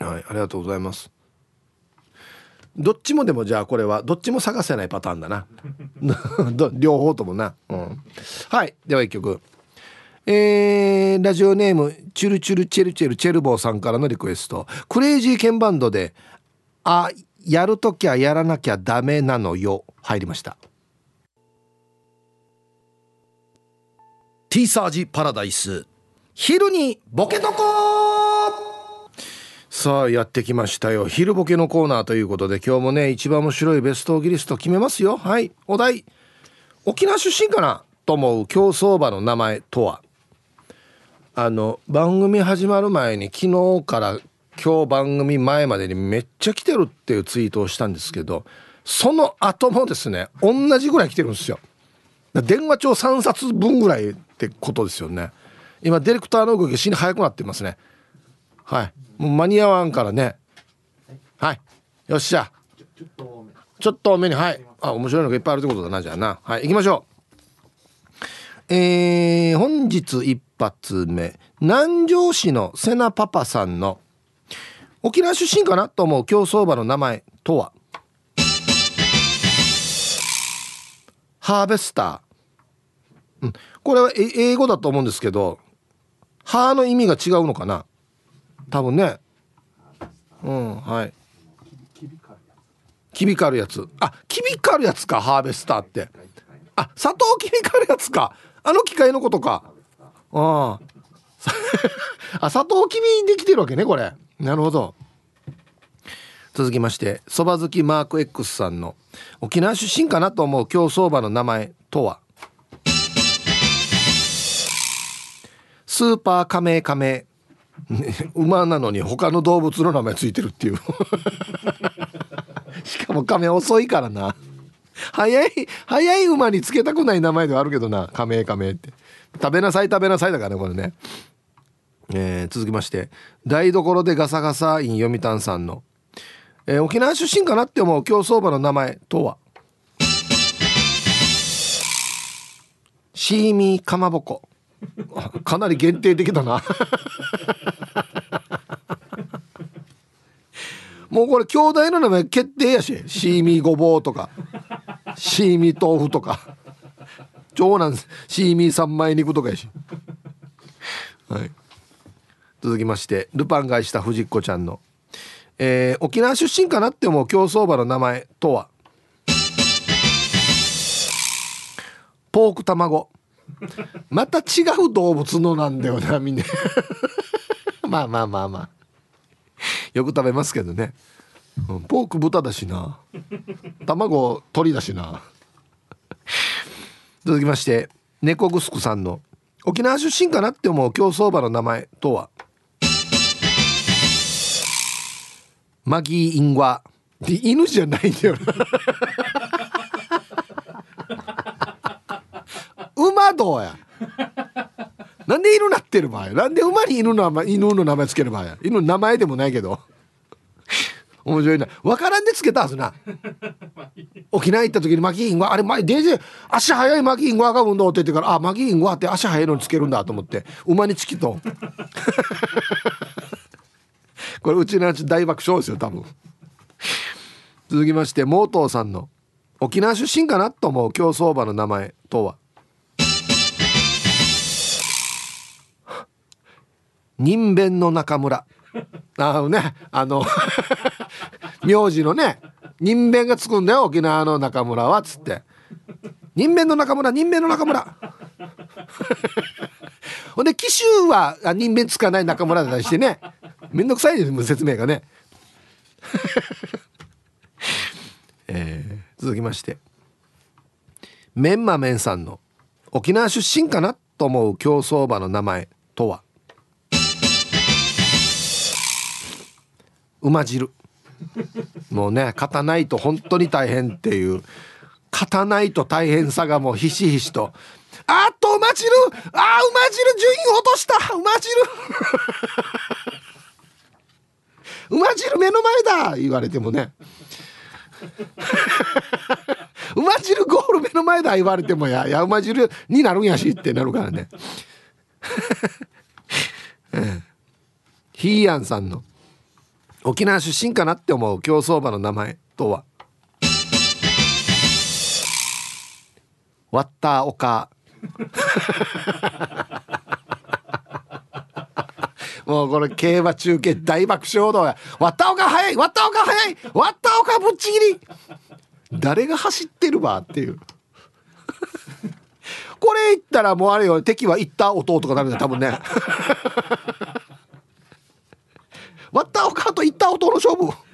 Speaker 1: ありがとうございます。どっちもでも、じゃあこれはどっちも探せないパターンだな両方ともな、はい、では一曲、ラジオネームチュルチュルチェルチェルチェルボーさんからのリクエスト、クレイジーケンバンドでやるときゃやらなきゃダメなのよ入りました。
Speaker 4: ティーサージパラダイス、昼にボケとこ。
Speaker 1: さあやってきましたよ、昼ボケのコーナーということで、今日もね一番面白いベストギリスト決めますよ。はい、お題、沖縄出身かなと思う競走馬の名前とは。番組始まる前に昨日から今日番組前までにめっちゃ来てるっていうツイートをしたんですけど、その後もですね同じぐらい来てるんですよ。電話帳3冊分ぐらいってことですよね。今ディレクターの動きが死に早くなってますね。はい、もう間に合わんからね。はい、よっしゃ、ちょっと多めに。はい、面白いのがいっぱいあるってことだな。じゃあな、はい、行きましょう。本日一発目、南城市のセナパパさんの沖縄出身かなと思う競走馬の名前とは。ハーベスター、これは英語だと思うんですけど、ハーの意味が違うのかな多分ね。はい、キビカるやつ、キビカるやつか、ハーベスターって。砂糖キビカるやつか、機械のことか。砂糖きびできてるわけねこれ。なるほど。 続きましてそば好きマーク X さんの沖縄出身かなと思う競走馬の名前とは。スーパーカメカメ馬なのに他の動物の名前ついてるっていうしかもカメ遅いからな。早い馬につけたくない名前ではあるけどな、カメカメって食べなさいだからねこれね。続きまして台所でガサガサイン読谷さんの、沖縄出身かなって思う競走馬の名前とは。シーミーかまぼこかなり限定的だなもうこれ兄弟の名前決定やし、シーミーごぼうとかシーミー豆腐とか長男シーミー三枚肉とかやし、はい、続きましてルパン買いした藤子ちゃんの、沖縄出身かなって思う競走馬の名前とは。ポーク卵また違う動物のなんだよなみんなまあよく食べますけどね、ポーク豚だしな、卵鳥だしな続きまして猫ぐすくさんの沖縄出身かなって思う競走馬の名前とは。マギーインワ犬じゃないんだよな馬どうやなんで犬なってる場合、なんで馬に犬の名前つける場合や、犬の名前でもないけど面白いな、分からんでつけたはずな沖縄行った時にマギーインワあれ前デージ足速いマギーインワが運動って言ってから、あマギーインワって足速いのにつけるんだと思って馬につきとこれうちの大爆笑ですよ多分。続きましてモートーさんの沖縄出身かなと思う競走馬の名前とは。人弁の中村ね名字のね人弁がつくんだよ沖縄の中村はつって、人弁の中村ほんで紀州は人弁つかない中村だったりしてね、めんどくさいです説明がね続きましてメンマメンさんの沖縄出身かなと思う競走馬の名前とは。馬汁もうね勝たないと本当に大変っていう、勝たないと大変さがもうひしひしと、あっと馬汁順位落とした馬汁目の前だ言われてもね馬汁ゴール目の前だ言われてもいや馬汁になるんやしってなるからねヒーヤンさんの沖縄出身かなって思う競走馬の名前とは。ワッターオカもうこれ競馬中継大爆笑だよ。ワッターオカ速いワッターオカぶっちぎり誰が走ってるわっていうこれ言ったらもうあれよ、敵は行った弟とかなるんだ多分ね割ったおかと行った音の勝負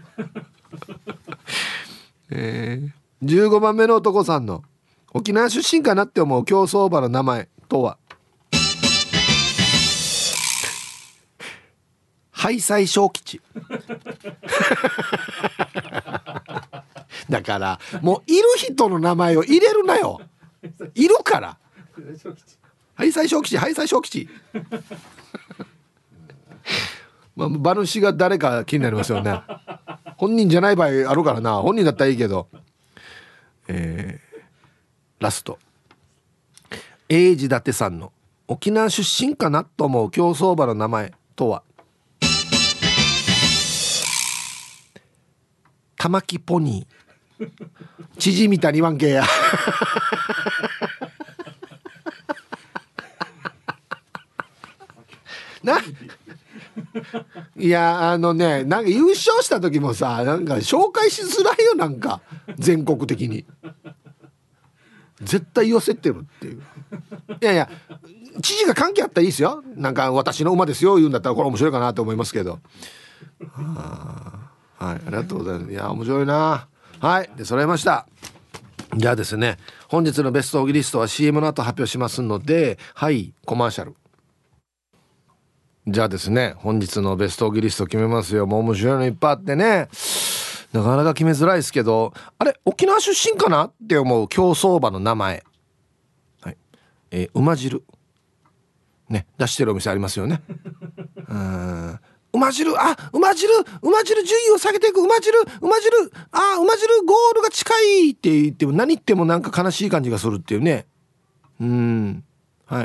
Speaker 1: 15番目の男さんの沖縄出身かなって思う競走馬の名前とは。ハイサイ小吉だからもういる人の名前を入れるなよ、いるからハイサイ小吉まあ、馬主が誰か気になりますよね。本人じゃない場合あるからな、本人だったらいいけど。ラスト英治伊達さんの沖縄出身かなと思う競走馬の名前とは。玉木ポニー縮みたにわんけやないやなんか優勝した時もさ、なんか紹介しづらいよ、なんか全国的に絶対寄せてるっていう。いや知事が関係あったらいいですよ、なんか私の馬ですよ言うんだったらこれ面白いかなと思いますけど。ははい、ありがとうございます。いや面白いな。はいで揃えました。じゃあですね、本日のベストオギリストは CM の後発表しますので、はいコマーシャル。じゃあですね、本日のベストオギリスト決めますよ。もう面白いのいっぱいあってね、なかなか決めづらいですけど、あれ沖縄出身かなって思う競走馬の名前、はい、馬汁ね、出してるお店ありますよね。馬汁、馬汁順位を下げていく、馬汁ゴールが近いって言っても何言ってもなんか悲しい感じがするっていうね。はい。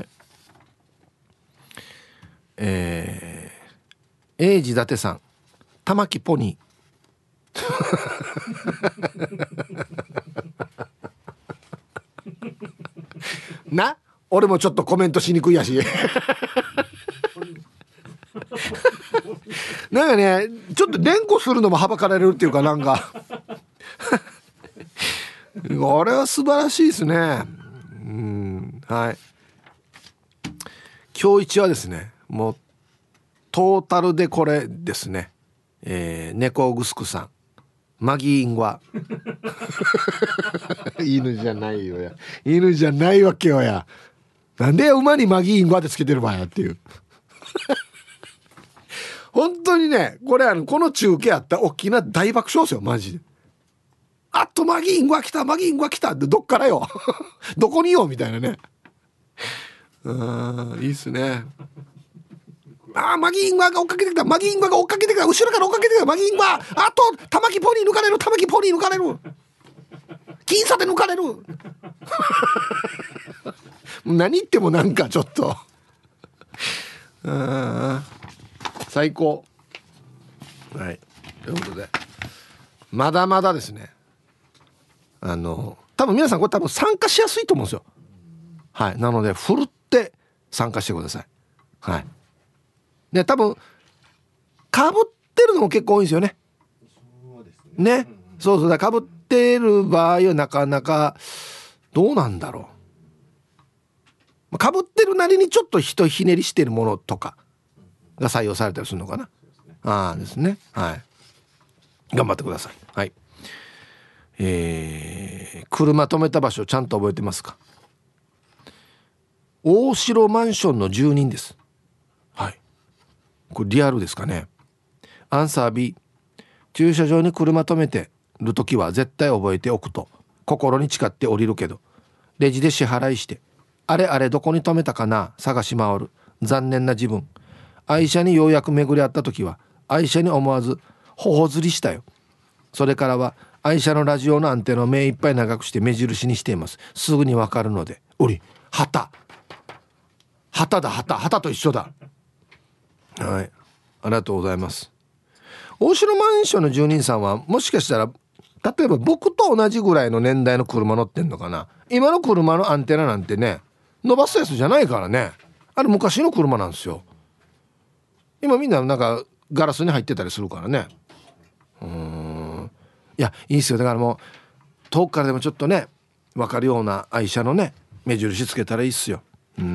Speaker 1: 英治伊達さん、玉木ポニーな、俺もちょっとコメントしにくいやしなんかね、ちょっと連呼するのもはばかられるっていうか、なんかこれは素晴らしいですね。はい。今日一はですね、もうトータルでこれですね、猫グスクさん、マギーインゴア犬じゃないよや、犬じゃないわけよや、なんで馬にマギーインゴアってつけてる場合やっていう本当にね、これこの中継あった大きな大爆笑ですよマジで。あとマギーインゴア来たってどっからよどこによみたいなね。いいっすね。マギーインゴアが追っかけてきた、後ろから追っかけてきたマギーインゴア、あと玉木ポニー抜かれる、僅差で抜かれる何言ってもなんかちょっと最高。はい、ということでまだまだですね、多分皆さんこれ多分参加しやすいと思うんですよ。はい、なのでふるって参加してください。はい。で多分かぶってるのも結構多いんですよね。ね、そうだ、かぶってる場合はなかなかどうなんだろう。かぶってるなりにちょっとひねりしてるものとかが採用されたりするのかな。ですね。はい。頑張ってください。はい。車止めた場所ちゃんと覚えてますか？大城マンションの住人です。はい。これリアルですかね。アンサー B、 駐車場に車止めてるときは絶対覚えておくと心に誓って降りるけど、レジで支払いしてあれどこに止めたかな探し回る残念な自分。愛車にようやく巡り合ったときは愛車に思わず頬ずりしたよ。それからは愛車のラジオのアンテナを目いっぱい長くして目印にしています。すぐにわかるので。旗と一緒だ。はい、ありがとうございます。大城マンションの住人さんはもしかしたら例えば僕と同じぐらいの年代の車乗ってんのかな。今の車のアンテナなんてね、伸ばすやつじゃないからね。あれ昔の車なんですよ。今みんななんかガラスに入ってたりするからね。いやいいですよ。だからもう遠くからでもちょっとね分かるような愛車のね目印つけたらいいっすよ。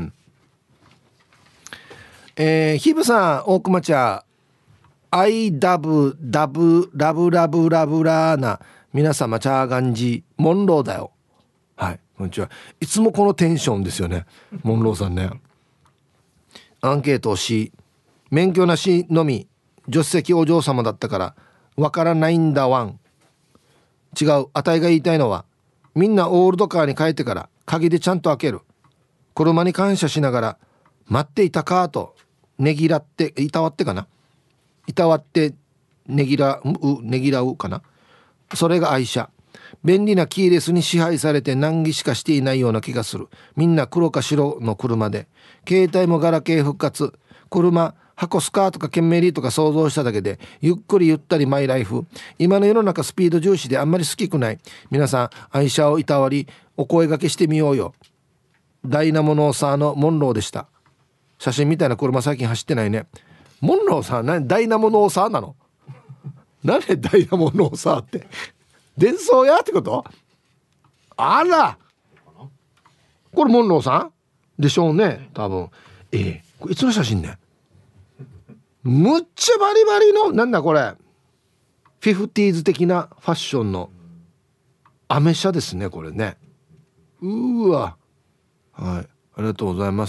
Speaker 1: ヒブさん、大熊茶アイダブダブラブラブラブラーな皆様チャーガンジモンローだよ。はい、こんにちは。いつもこのテンションですよねモンローさんね。アンケートをし、免許なしのみ助手席お嬢様だったからわからないんだワン。違う、あたいが言いたいのはみんなオールドカーに帰ってから鍵でちゃんと開ける。車に感謝しながら待っていたかとねぎらっていたわってかないたわってねぎらうかな。それが愛車。便利なキーレスに支配されて難儀しかしていないような気がする。みんな黒か白の車で、携帯もガラケー復活。車箱スカーとかケンメリーとか想像しただけでゆっくりゆったりマイライフ。今の世の中スピード重視であんまり好きくない。皆さん愛車をいたわりお声掛けしてみようよ。ダイナモノーサーのモンローでした。写真みたいな車最近走ってないね。モンローさんダイナモノーサーなの？なんでダイナモノーサーって伝送屋ってこと？あら、これモンローさんでしょうね多分。これいつの写真ね。むっちゃバリバリのなんだこれ、 フィフティーズ的なファッションのアメ車ですねこれね。わ、はい、ありがとうございます。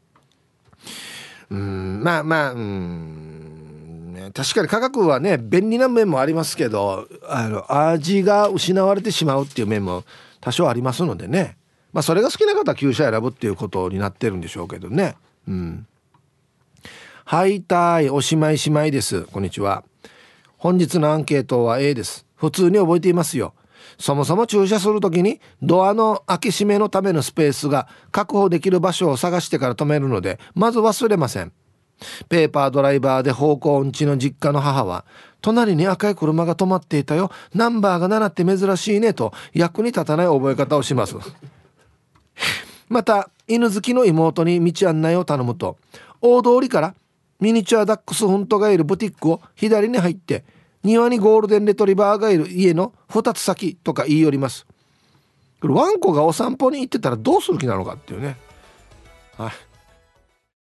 Speaker 1: まあまあ確かに価格はね便利な面もありますけど、味が失われてしまうっていう面も多少ありますのでね、まあそれが好きな方は旧車選ぶっていうことになってるんでしょうけどね。はいたい、おしまいしまいです。こんにちは。本日のアンケートは A です。普通に覚えていますよ。そもそも駐車するときにドアの開け閉めのためのスペースが確保できる場所を探してから止めるのでまず忘れません。ペーパードライバーで方向音痴の実家の母は隣に赤い車が止まっていたよ、ナンバーが7って珍しいねと役に立たない覚え方をしますまた犬好きの妹に道案内を頼むと大通りからミニチュアダックスフントがいるブティックを左に入って庭にゴールデンレトリバーがいる家の2つ先とか言い寄ります。これワンコがお散歩に行ってたらどうする気なのかっていうね。はい。